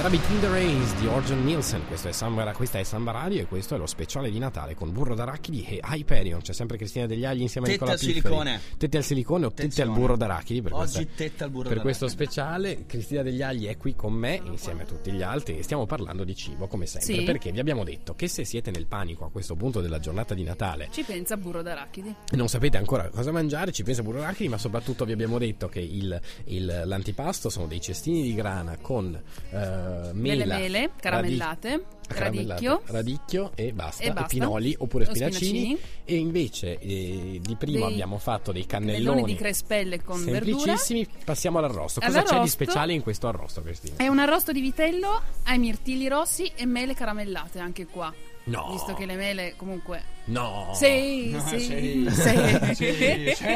Era Between the Rays di Orjan Nielsen. Questo è Samba, questa è Samba Radio e questo è lo speciale di Natale con burro d'arachidi e Hyperion. C'è sempre Cristina Degli Agli insieme a Nicola Pifferi. Tette al silicone. Tette al silicone o tette al burro d'arachidi per, Oggi questa, tette al burro per d'arachidi. questo speciale. Cristina Degli Agli è qui con me insieme a tutti gli altri e stiamo parlando di cibo come sempre, sì. Perché vi abbiamo detto che se siete nel panico a questo punto della giornata di Natale ci pensa burro d'arachidi e non sapete ancora cosa mangiare, ci pensa burro d'arachidi, ma soprattutto vi abbiamo detto che il, il, l'antipasto sono dei cestini di grana con uh, mela, delle mele caramellate, radicchio, radicchio e basta, e basta. E pinoli oppure O spinacini. spinacini. E invece eh, di prima Dei abbiamo fatto dei cannelloni cannelloni di crespelle con verdura. semplicissimi. Passiamo all'arrosto. Cosa All'arrosto c'è di speciale in questo arrosto, Cristina? È un arrosto di vitello ai mirtilli rossi e mele caramellate anche qua. No. Visto che le mele comunque No. Sì, No, sì, sì. sì. Sì, sì.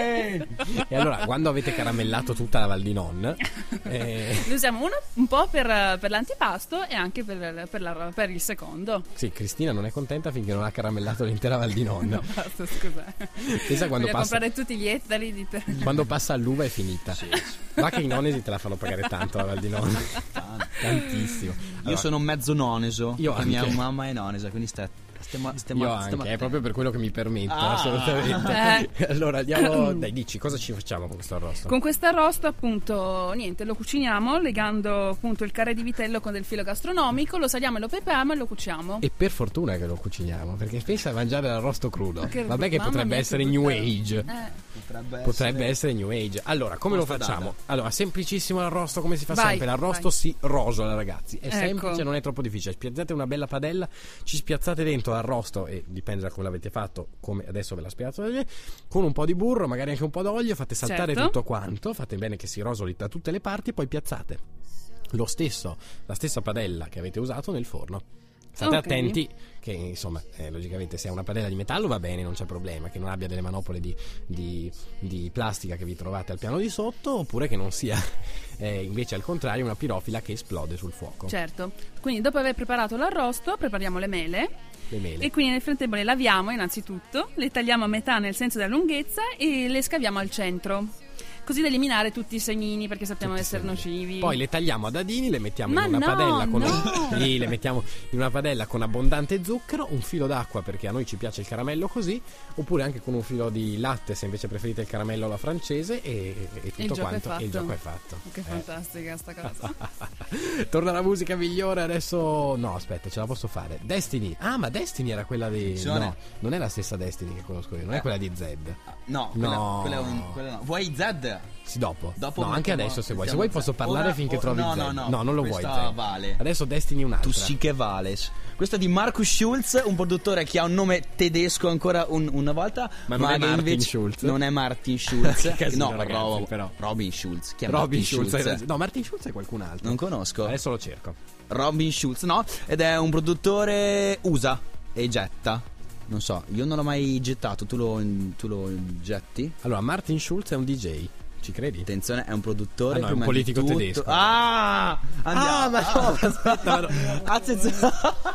E allora, quando avete caramellato tutta la Val di Non, eh... ne usiamo uno un po' per, per l'antipasto e anche per, per, la, per il secondo. Sì, Cristina non è contenta finché non ha caramellato l'intera Val di Non. No, basta, scusa. Pensa quando Voglio passa... comprare tutti gli ettari di te. Quando passa all'uva è finita. Sì. Va che i nonesi te la fanno pagare tanto la Val di Non. Tantissimo. Allora, io sono mezzo noneso. Io anche. Mia mamma è nonesa, quindi stai Stiamo, stiamo, io stiamo anche, è proprio per quello che mi permetto, ah, assolutamente. Eh. Allora andiamo, dai, dici cosa ci facciamo con questo arrosto? Con questo arrosto, appunto, niente, lo cuciniamo legando appunto il carré di vitello con del filo gastronomico, lo saliamo e lo pepiamo e lo cuciamo. E per fortuna che lo cuciniamo, perché pensa a mangiare l'arrosto crudo. Che, Vabbè che potrebbe mia, essere che New potrebbe. Age. Eh. Potrebbe, Potrebbe essere... essere New Age. Allora, come lo Costadata. facciamo? Allora, semplicissimo l'arrosto, come si fa Vai, sempre. L'arrosto vai. si rosola, ragazzi. È Ecco. semplice, non è troppo difficile. Spiazzate una bella padella, ci spiazzate dentro l'arrosto e dipende da come l'avete fatto, come adesso ve la spiazzo, con un po' di burro, magari anche un po' d'olio, fate saltare Certo. tutto quanto, fate bene che si rosoli da tutte le parti, poi piazzate lo stesso, la stessa padella che avete usato nel forno. State Ok. attenti che insomma eh, logicamente se è una padella di metallo va bene, non c'è problema, che non abbia delle manopole di, di, di plastica che vi trovate al piano di sotto, oppure che non sia eh, invece al contrario una pirofila che esplode sul fuoco. Certo. Quindi dopo aver preparato l'arrosto, prepariamo le mele. Le mele. E quindi nel frattempo le laviamo innanzitutto, le tagliamo a metà nel senso della lunghezza e le scaviamo al centro, così da eliminare tutti i semini perché sappiamo Tutti essere semini. nocivi. Poi le tagliamo a dadini, le mettiamo Ma in una no, padella con no. Lì le mettiamo in una padella con abbondante zucchero, un filo d'acqua perché a noi ci piace il caramello così, oppure anche con un filo di latte se invece preferite il caramello alla francese e, e tutto il gioco quanto è fatto. e il gioco è fatto. Che Eh. fantastica sta cosa. Torna la musica migliore adesso. No, aspetta, ce la posso fare. Destiny. Ah, ma Destiny era quella di Attenzione. no, non è la stessa Destiny che conosco io, non è Eh. quella di Z. No, quella, No. quella è un, quella no. Vuoi Z? Sì, dopo. Dopo no, anche mettiamo- adesso se vuoi. Se mettiamo vuoi Z. posso parlare Ora- finché oh, trovi no, Z. no, no, non lo vuoi questa Z. vale. Adesso Destiny un'altra. Tu sì che vales. Questo è di Markus Schulz, un produttore che ha un nome tedesco ancora un- una volta. Ma non è che Martin invece Schulz. Non è Martin Schulz. Che casino, no, ragazzi, Ro- però. Robin Schulz. Chi è Robin Martin Schulz. hai Schulz? ragione. No, Martin Schulz è qualcun altro. Non conosco. Adesso lo cerco. Robin Schulz, no? Ed è un produttore usa e getta. Non so, io non l'ho mai gettato. Tu lo, tu lo getti? Allora, Martin Schulz è un D J. Ci credi? Attenzione, è un produttore. Ah, no, è un prima di politico tutto- tedesco. Ah! Andiamo. Ah, ma no, aspetta, ma no. Attenzione.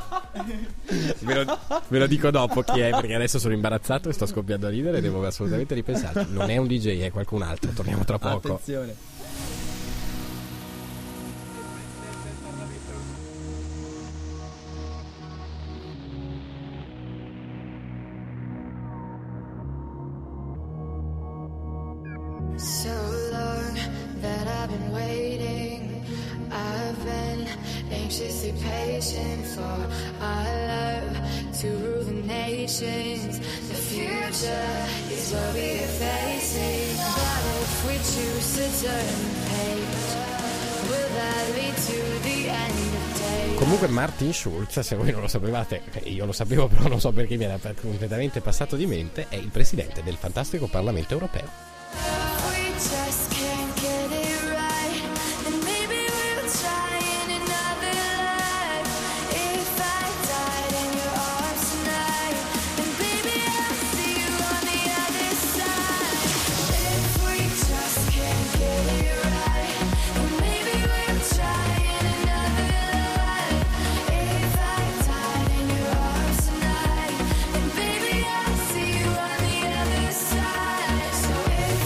Ve lo, ve lo dico dopo chi è, perché adesso sono imbarazzato e sto scoppiando a ridere e devo assolutamente ripensarci. Non è un D J, è qualcun altro. Torniamo tra poco. Attenzione. So long that I've been waiting. I've been anxiously patient for our love to rule the nations. The future is what we are facing. But if we choose to turn the page, will that lead to the end of days? Comunque Martin Schulz, se voi non lo sapevate, eh, io lo sapevo però non so perché mi era completamente passato di mente, è il presidente del fantastico Parlamento Europeo. We just can't get it right, and maybe we'll try in another life. If I died in your arms tonight, then baby I'll see you on the other side. If we just can't get it right, then maybe we'll try in another life. If I died in your arms tonight, then baby I'll see you on the other side. So if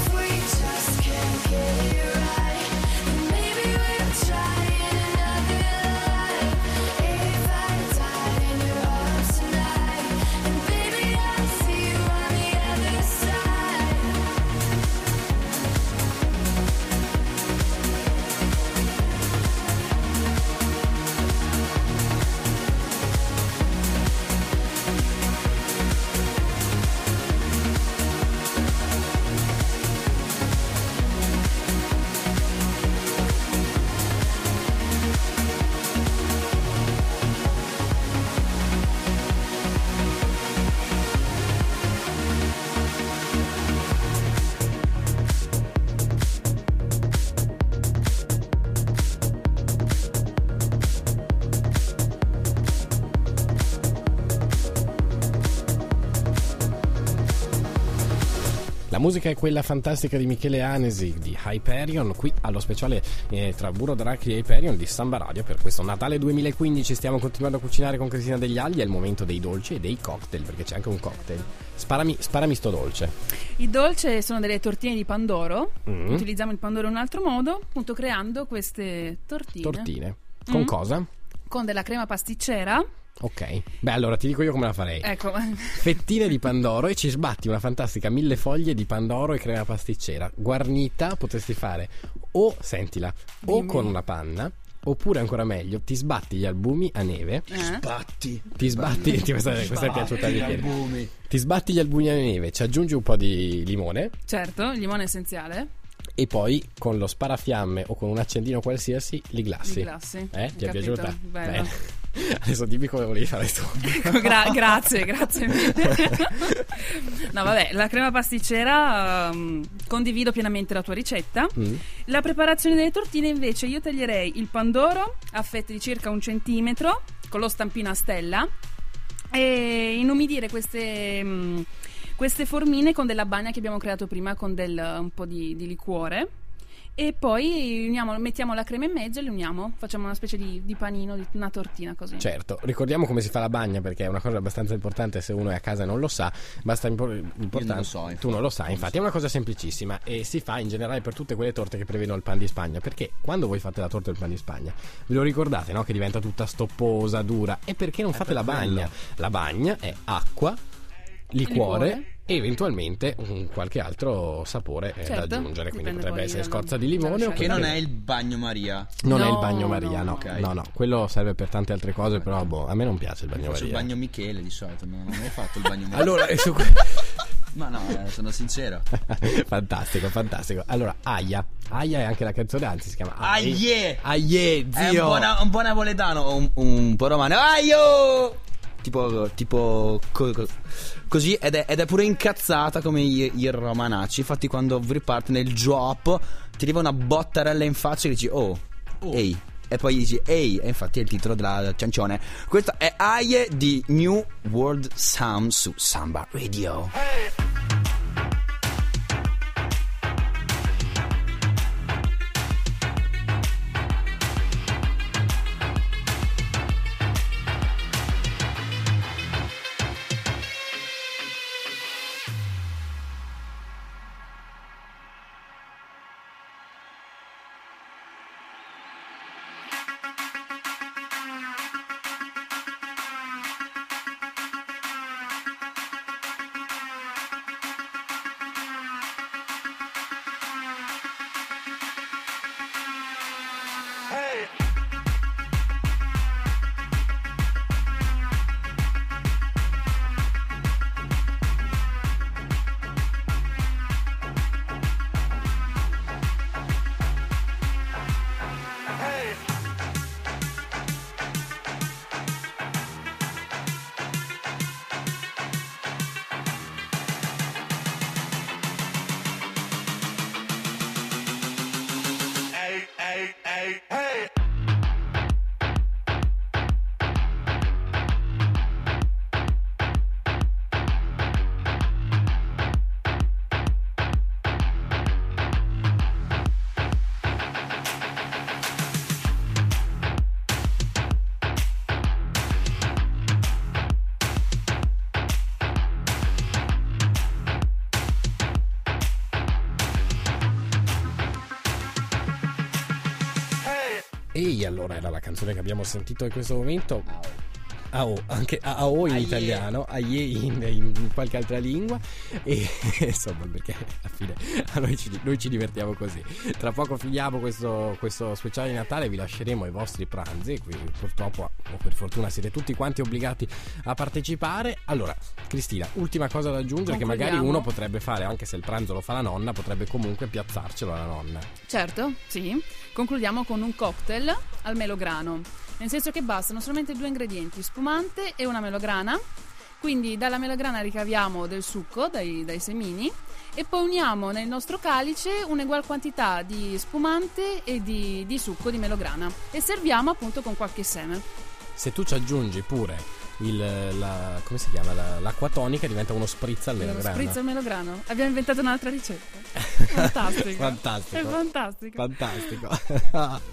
La musica è quella fantastica di Michele Anesi di Hyperion, qui allo speciale eh, tra Burro d'Arachidi e Hyperion di Samba Radio. Per questo Natale duemilaquindici stiamo continuando a cucinare con Cristina Degli Agli. È il momento dei dolci e dei cocktail, perché c'è anche un cocktail. Sparami, sparami sto dolce. Il dolce sono delle tortine di pandoro. Mm. Utilizziamo il pandoro in un altro modo, appunto creando queste tortine. Tortine. Con Mm. cosa? Con della crema pasticcera. Ok. Beh, allora ti dico io come la farei. Ecco. Fettine di pandoro e ci sbatti una fantastica mille foglie di pandoro e crema pasticcera. Guarnita potresti fare o, sentila, o Dimmi. con una panna, oppure ancora meglio, ti sbatti gli albumi a neve. Eh? Sbatti. Ti sbatti, ti- questa, questa è piaciuta a Gli Michele. albumi. Ti sbatti gli albumi a neve, ci aggiungi un po' di limone Certo, il limone essenziale. e poi con lo sparafiamme o con un accendino qualsiasi li glassi. Li glassi. Eh? Ti è Capito, piaciuta? bello. Bene. Adesso dimmi come volevi fare tu. Ecco, gra- grazie, grazie mille. No, vabbè, la crema pasticcera ehm, condivido pienamente la tua ricetta. Mm. La preparazione delle tortine invece io taglierei il pandoro a fette di circa un centimetro con lo stampino a stella e inumidire queste, mh, queste formine con della bagna che abbiamo creato prima con del, un po' di, di liquore. E poi uniamo, mettiamo la crema in mezzo e le uniamo. Facciamo una specie di, di panino, di una tortina così. Certo, ricordiamo come si fa la bagna, perché è una cosa abbastanza importante se uno è a casa e non lo sa. Basta impor- importante. non lo so, infatti. Tu non lo sai, infatti è una cosa semplicissima e si fa in generale per tutte quelle torte che prevedono il pan di Spagna, perché quando voi fate la torta del pan di Spagna ve lo ricordate, no? Che diventa tutta stopposa, dura. E perché non fate la bagna? La bagna è acqua, liquore, Liquore. e eventualmente un qualche altro sapore eh, Certo, da aggiungere, quindi dipende potrebbe poi essere dalla- scorza di limone dalla o Che scelta. non è il bagnomaria. non è il No, bagno Maria, no, no, ok. no, no, quello serve per tante altre cose, però boh, a me non piace il bagno Faccio il Maria. bagno Michele di solito, non ho mai fatto il bagno Maria. Allora, e su Ma no, eh, sono sincero. fantastico, fantastico. Allora, Aia. Aia è anche la canzone, anzi si chiama Aie! Aie, È un zio. po', na- un po' napoletano, un, un po' romano. Aio! Tipo, tipo co- co- così, ed è, ed è pure incazzata come i, i romanacci. Infatti, quando riparte nel drop, ti arriva una bottarella in faccia e dici, oh, ehi. E poi dici, ehi. E infatti è il titolo della canzone. Questa è Aie di New World Sound su Samba Radio. Ehi, allora era la canzone che abbiamo sentito in questo momento. Ao, anche Ao in Aie. italiano, Aie in, in qualche altra lingua. E insomma, perché alla fine a noi ci, noi ci divertiamo così. Tra poco finiamo questo, questo speciale di Natale, vi lasceremo ai vostri pranzi. Qui purtroppo o per fortuna siete tutti quanti obbligati a partecipare. Allora, Cristina, ultima cosa da aggiungere, che magari Concludiamo. uno potrebbe fare, anche se il pranzo lo fa la nonna, potrebbe comunque piazzarcelo alla nonna. Certo, sì. Concludiamo con un cocktail al melograno. Nel senso che bastano solamente due ingredienti, spumante e una melograna. Quindi dalla melograna ricaviamo del succo dai, dai semini e poi uniamo nel nostro calice un'egual quantità di spumante e di, di succo di melograna e serviamo appunto con qualche seme. Se tu ci aggiungi pure il, la, come si chiama? La, l'acqua tonica diventa uno spritz al Uno melograno. spritz al melograno. Abbiamo inventato un'altra ricetta. Fantastico. Fantastico. È fantastico. Fantastico.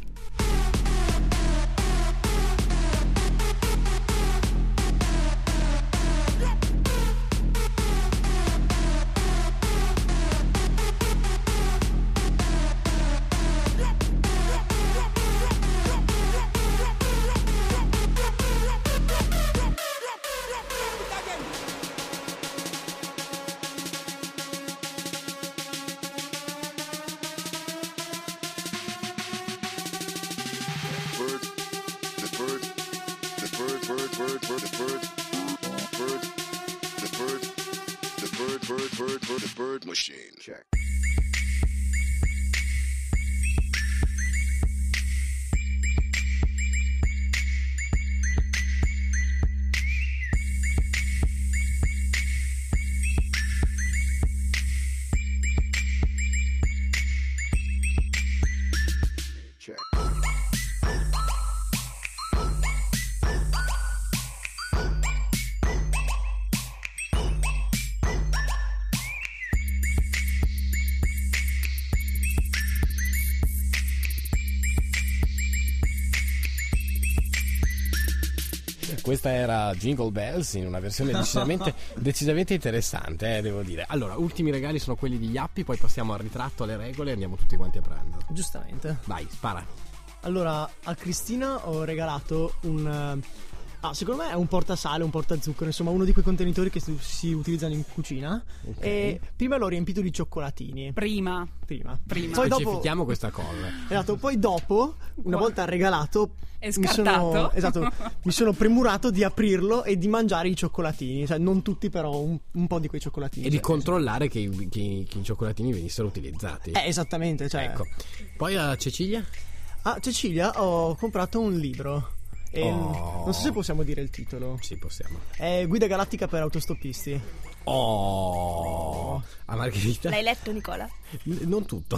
Machine. Check. Check. Questa era Jingle Bells in una versione decisamente, decisamente interessante, eh, devo dire. Allora, ultimi regali sono quelli di Yappi, poi passiamo al ritratto, alle regole e andiamo tutti quanti a pranzo. Giustamente. Vai, spara. Allora, a Cristina ho regalato un... Ah, secondo me è un portasale, un portazucchero, insomma uno di quei contenitori che si, si utilizzano in cucina. Ok. E prima l'ho riempito di cioccolatini. Prima. Prima. Prima. Poi dopo, Specifichiamo questa cosa. esatto, poi dopo, una volta regalato, È mi sono, scartato. esatto, mi sono premurato di aprirlo e di mangiare i cioccolatini. Cioè, non tutti, però un, un po' di quei cioccolatini. E di Cioè, controllare che, i- che i- che i cioccolatini venissero utilizzati. Eh, esattamente, cioè. Ecco. Poi a Cecilia? A Cecilia ho comprato un libro. E Oh. non so se possiamo dire il titolo. Sì, possiamo. È Guida galattica per autostoppisti. Oh, a Margherita? L'hai letto, Nicola? N- non tutto.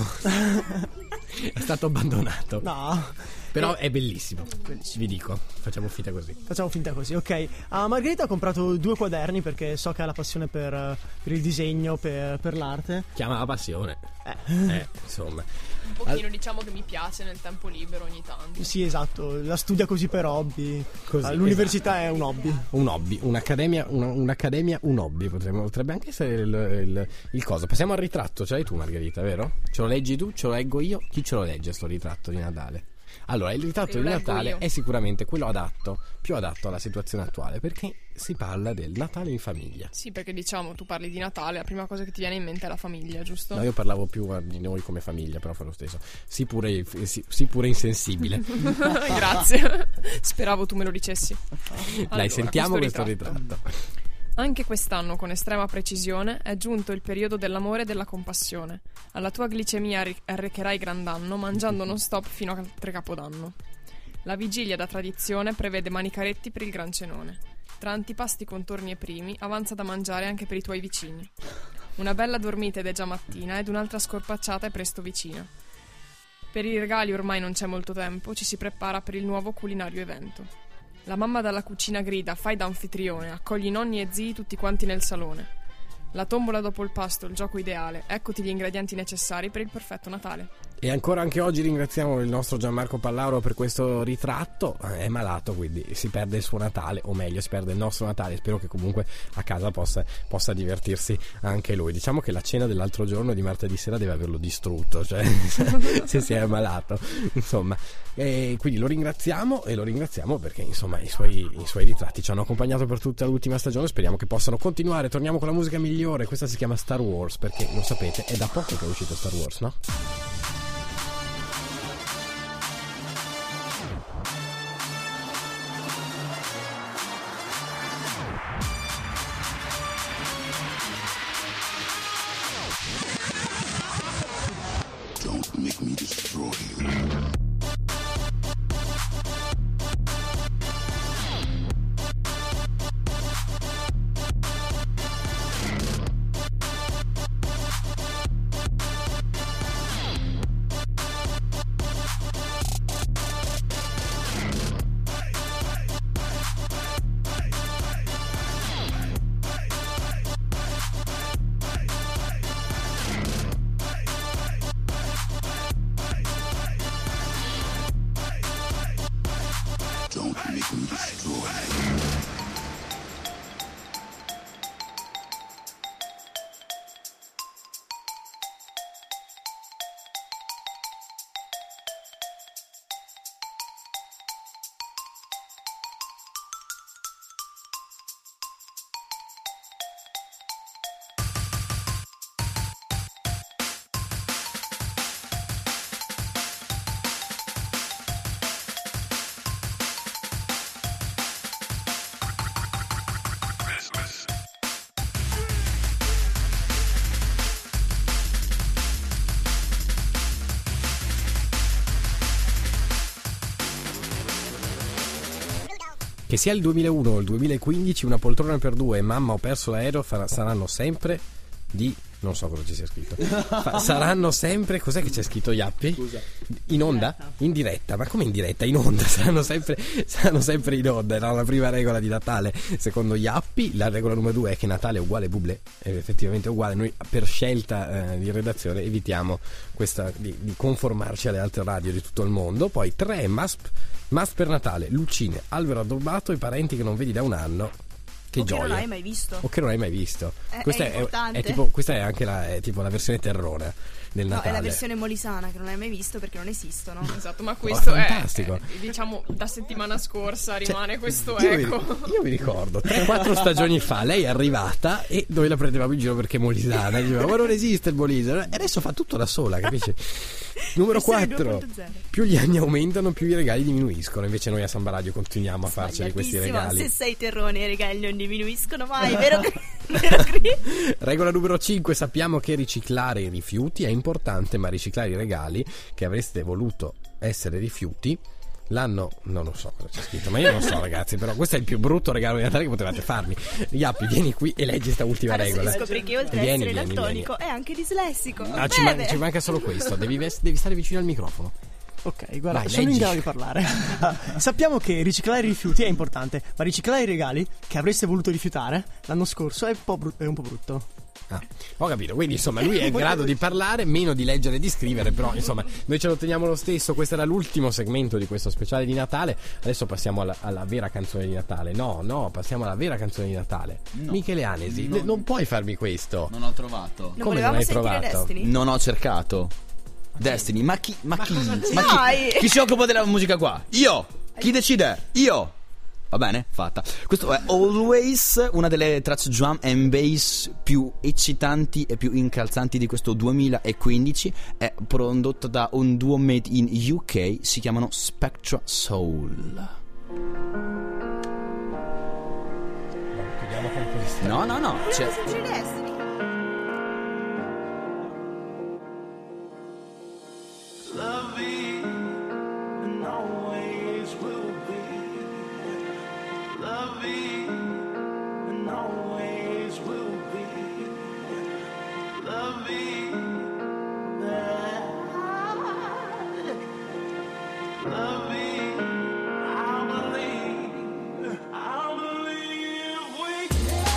È stato abbandonato. No. Però Eh, è bellissimo. Vi dico, facciamo finta così. Facciamo finta così, ok. A Margherita ho comprato due quaderni perché so che ha la passione per, eh, per il disegno, per, per l'arte. Chiama la passione. Eh. Eh, insomma. Un pochino diciamo che mi piace nel tempo libero ogni tanto. Sì, esatto, la studia così per hobby. Così, Ah, l'università è un hobby. Un hobby, un'accademia, una- un'accademia, un hobby potremmo, potrebbe anche essere il, il, il coso. Passiamo al ritratto, ce l'hai tu Margherita, vero? Ce lo leggi tu, ce lo leggo io? Chi ce lo legge sto ritratto di Natale? Allora, il ritratto Lo di leggo Natale io. è sicuramente quello adatto, più adatto alla situazione attuale, perché si parla del Natale in famiglia. Sì, perché diciamo, tu parli di Natale, la prima cosa che ti viene in mente è la famiglia, giusto? No, io parlavo più eh, di noi come famiglia, però fa lo stesso. Sii pure, sì, sii pure insensibile. Grazie. Speravo tu me lo dicessi. Dai, Allora, sentiamo questo ritratto. ritratto. Anche quest'anno, con estrema precisione, è giunto il periodo dell'amore e della compassione. Alla tua glicemia arri- arrecherai gran danno, mangiando non stop fino a tre capodanno. La vigilia da tradizione prevede manicaretti per il gran cenone. Tra antipasti, contorni e primi, avanza da mangiare anche per i tuoi vicini. Una bella dormita ed è già mattina, ed un'altra scorpacciata è presto vicina. Per i regali ormai non c'è molto tempo, ci si prepara per il nuovo culinario evento. La mamma dalla cucina grida, fai da anfitrione, accogli nonni e zii tutti quanti nel salone. La tombola dopo il pasto, il gioco ideale, eccoti gli ingredienti necessari per il perfetto Natale. E ancora anche oggi ringraziamo il nostro Gianmarco Pallauro per questo ritratto. È malato, quindi si perde il suo Natale, o meglio si perde il nostro Natale. Spero che comunque a casa possa, possa divertirsi anche lui. Diciamo che la cena dell'altro giorno di martedì sera deve averlo distrutto, cioè se si è ammalato, insomma. E quindi lo ringraziamo, e lo ringraziamo perché insomma i suoi, i suoi ritratti ci hanno accompagnato per tutta l'ultima stagione. Speriamo che possano continuare. Torniamo con la musica migliore. Questa si chiama Star Wars, perché lo sapete, è da poco che è uscito Star Wars, no? Don't make me destroy you. Che sia il duemilauno o il duemilaquindici, una poltrona per due e mamma ho perso l'aereo farà, saranno sempre di... non so cosa ci sia scritto. Fa, saranno sempre... Cos'è che c'è scritto, Iappi? Scusa. In onda? In diretta. Ma come in diretta? In onda. Saranno sempre, saranno sempre in onda. Era la prima regola di Natale. Secondo Iappi, la regola numero due è che Natale è uguale Bublé. È effettivamente uguale. Noi per scelta eh, di redazione evitiamo questa di, di conformarci alle altre radio di tutto il mondo. Poi tre must, must per Natale: lucine, albero addobbato e parenti che non vedi da un anno. Che o gioia. che non hai mai visto. O che non hai mai visto. È- questa è importante. è tipo, questa è anche la, è tipo la versione terrona del No, Natale. è la versione molisana che non hai mai visto perché non esistono. Esatto, ma questo è, fantastico. è, diciamo, da settimana scorsa rimane questo Io mi, eco. io mi ricordo tre quattro stagioni fa lei è arrivata e noi la prendevamo in giro perché è molisana, diceva ma non esiste il Molise, e adesso fa tutto da sola, capisci? Numero Versione quattro: due punto zero. più gli anni aumentano più i regali diminuiscono. Invece noi a Samba Radio continuiamo a farceli questi Sbagliatissimo, regali. se sei terrone i regali non diminuiscono mai, vero? Vero, Cri? Regola numero cinque: sappiamo che riciclare i rifiuti è importante, ma riciclare i regali che avreste voluto essere rifiuti l'anno... non lo so cosa c'è scritto, ma io non so ragazzi, però questo è il più brutto regalo di Natale che potevate farmi. Iappi, vieni qui e leggi questa ultima Adesso regola. scopri che oltre a Vieni, essere vieni, daltonico è anche dislessico. Ah, ci, man- Bene. ci manca solo questo, devi, ves- devi stare vicino al microfono. Ok, guarda, Vai, sono leggi. in grado di parlare. Sappiamo che riciclare i rifiuti è importante, ma riciclare i regali che avreste voluto rifiutare l'anno scorso è un po', bru- è un po' brutto. Ah, ho capito, quindi insomma lui è in grado di parlare, meno di leggere e di scrivere, però insomma noi ce lo teniamo lo stesso. Questo era l'ultimo segmento di questo speciale di Natale. Adesso passiamo alla, alla vera canzone di Natale. No, no, passiamo alla vera canzone di Natale. No. Michele Anesi, No. n- non puoi farmi questo. Non ho trovato. Non Come volevamo non hai sentire trovato? Destiny? Non ho cercato. Destiny, ma chi? Ma, chi? Ma Dai! chi? Chi si occupa della musica qua? Io! Chi decide? Io! Va bene? Fatta. Questo è Always, una delle tracce drum and bass più eccitanti e più incalzanti di questo duemilaquindici. È prodotto da un duo made in U K, si chiamano Spectra Soul. Chiudiamo con questa. No, no, no. C'è... Volevamo sentire Destiny? Love me and always will be. Love me and always will be. Love me. Love me. I believe. I believe we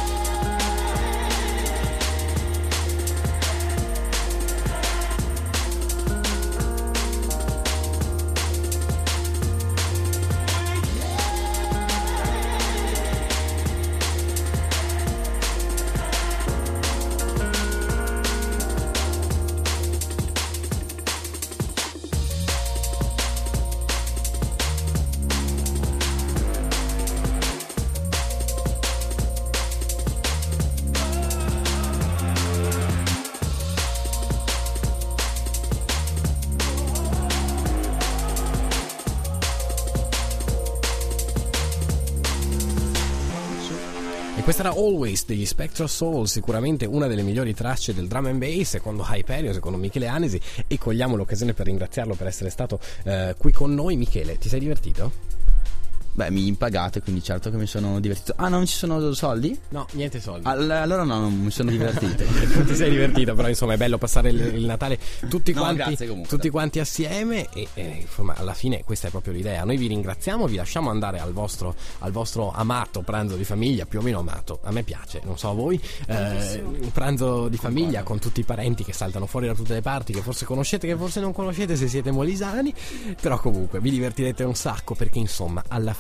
E questa era Always degli Spectra Soul, sicuramente una delle migliori tracce del drum and bass secondo Hyperion, secondo Michele Anesi, e cogliamo l'occasione per ringraziarlo per essere stato eh, qui con noi. Michele, ti sei divertito? Beh, mi pagate, quindi certo che mi sono divertito. Ah, non ci sono soldi? No, niente soldi. All- allora no, non mi sono divertito. Non ti sei divertito, però insomma è bello passare il, il Natale tutti No, quanti, grazie comunque, tutti dai. quanti assieme e, e insomma alla fine questa è proprio l'idea. Noi vi ringraziamo, vi lasciamo andare al vostro, al vostro amato pranzo di famiglia, più o meno amato, a me piace, non so a voi, eh, un pranzo di famiglia con tutti i parenti che saltano fuori da tutte le parti, che forse conoscete, che forse non conoscete se siete molisani, però comunque vi divertirete un sacco perché insomma alla fine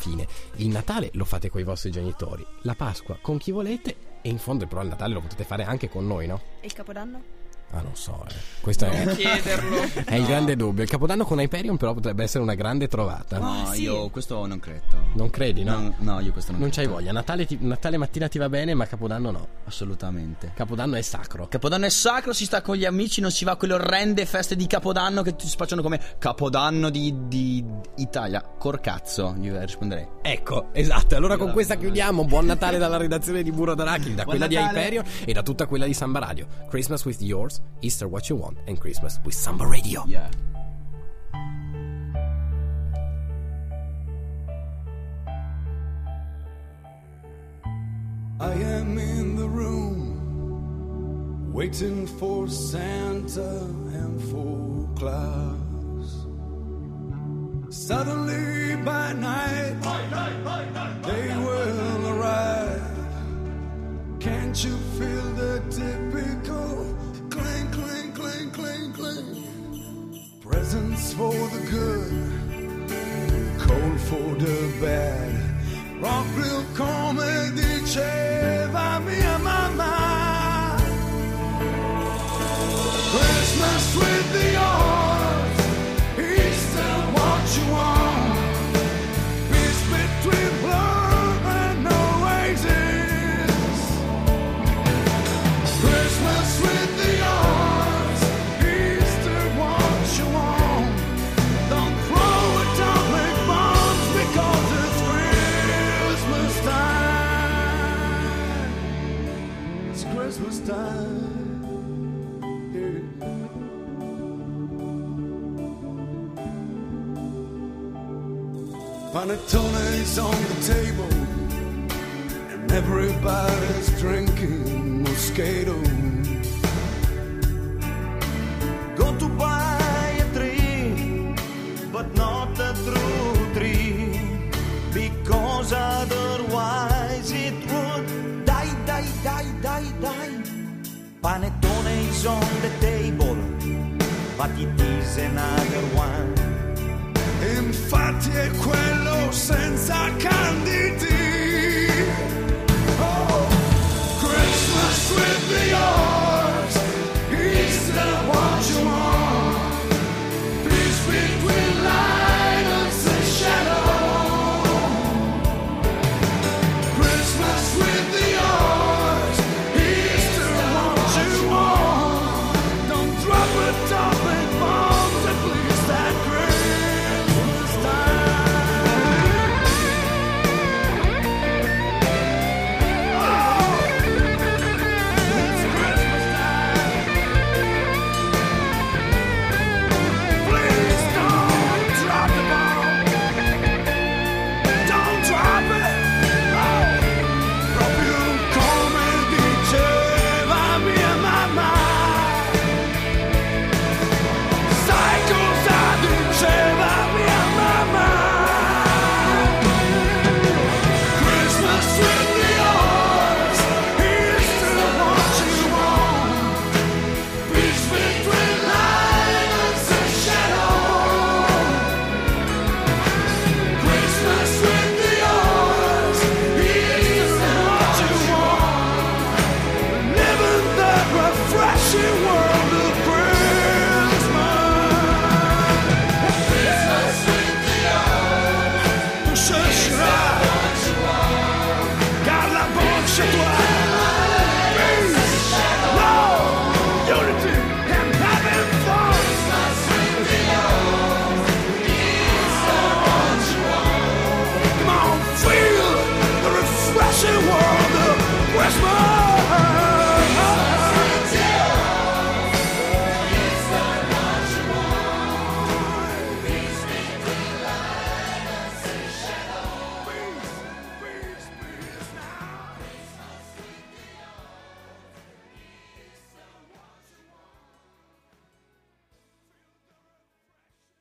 fine. Il Natale lo fate con i vostri genitori, la Pasqua con chi volete, e in fondo però il Natale lo potete fare anche con noi, no? E il Capodanno? Ah, non so, eh. Questo è, Non chiederlo. è il grande dubbio. Il Capodanno con Hyperion però potrebbe essere una grande trovata. No, sì. io questo non credo. Non credi, no? No, no, io questo non Non credo. c'hai voglia. Natale, ti- Natale mattina ti va bene, ma Capodanno no. Assolutamente. Capodanno è sacro. Capodanno è sacro, si sta con gli amici, non si va a quelle orrende feste di Capodanno che ti spacciano come Capodanno di, di Italia. Corcazzo, io risponderei. Ecco, esatto. Allora con questa chiudiamo. Buon Natale dalla redazione di Burro d'Arachidi, da Buon quella Natale. di Hyperion e da tutta quella di Samba Radio. Christmas with yours, Easter what you want, and Christmas with Samba Radio. Yeah. I am in the room, waiting for Santa and for Claus. Suddenly by night, they will arrive. Can't you feel the typical clang, clang, clang, clang, clang? Presents for the good, cold for the bad. Proprio come diceva mia mamma. Christmas with the yours, Easter what you want. Peace between blue and oasis. Christmas with the yours, Easter what you want. Don't throw atomic bombs because it's Christmas time. It's Christmas time. Yeah. Panettone's on the table and everybody's drinking Moscato. Go to buy a tree, but not a true tree, because otherwise it would die, die, die, die, die. Panettone is on the table, but it is another one. Infatti è quello senza casa.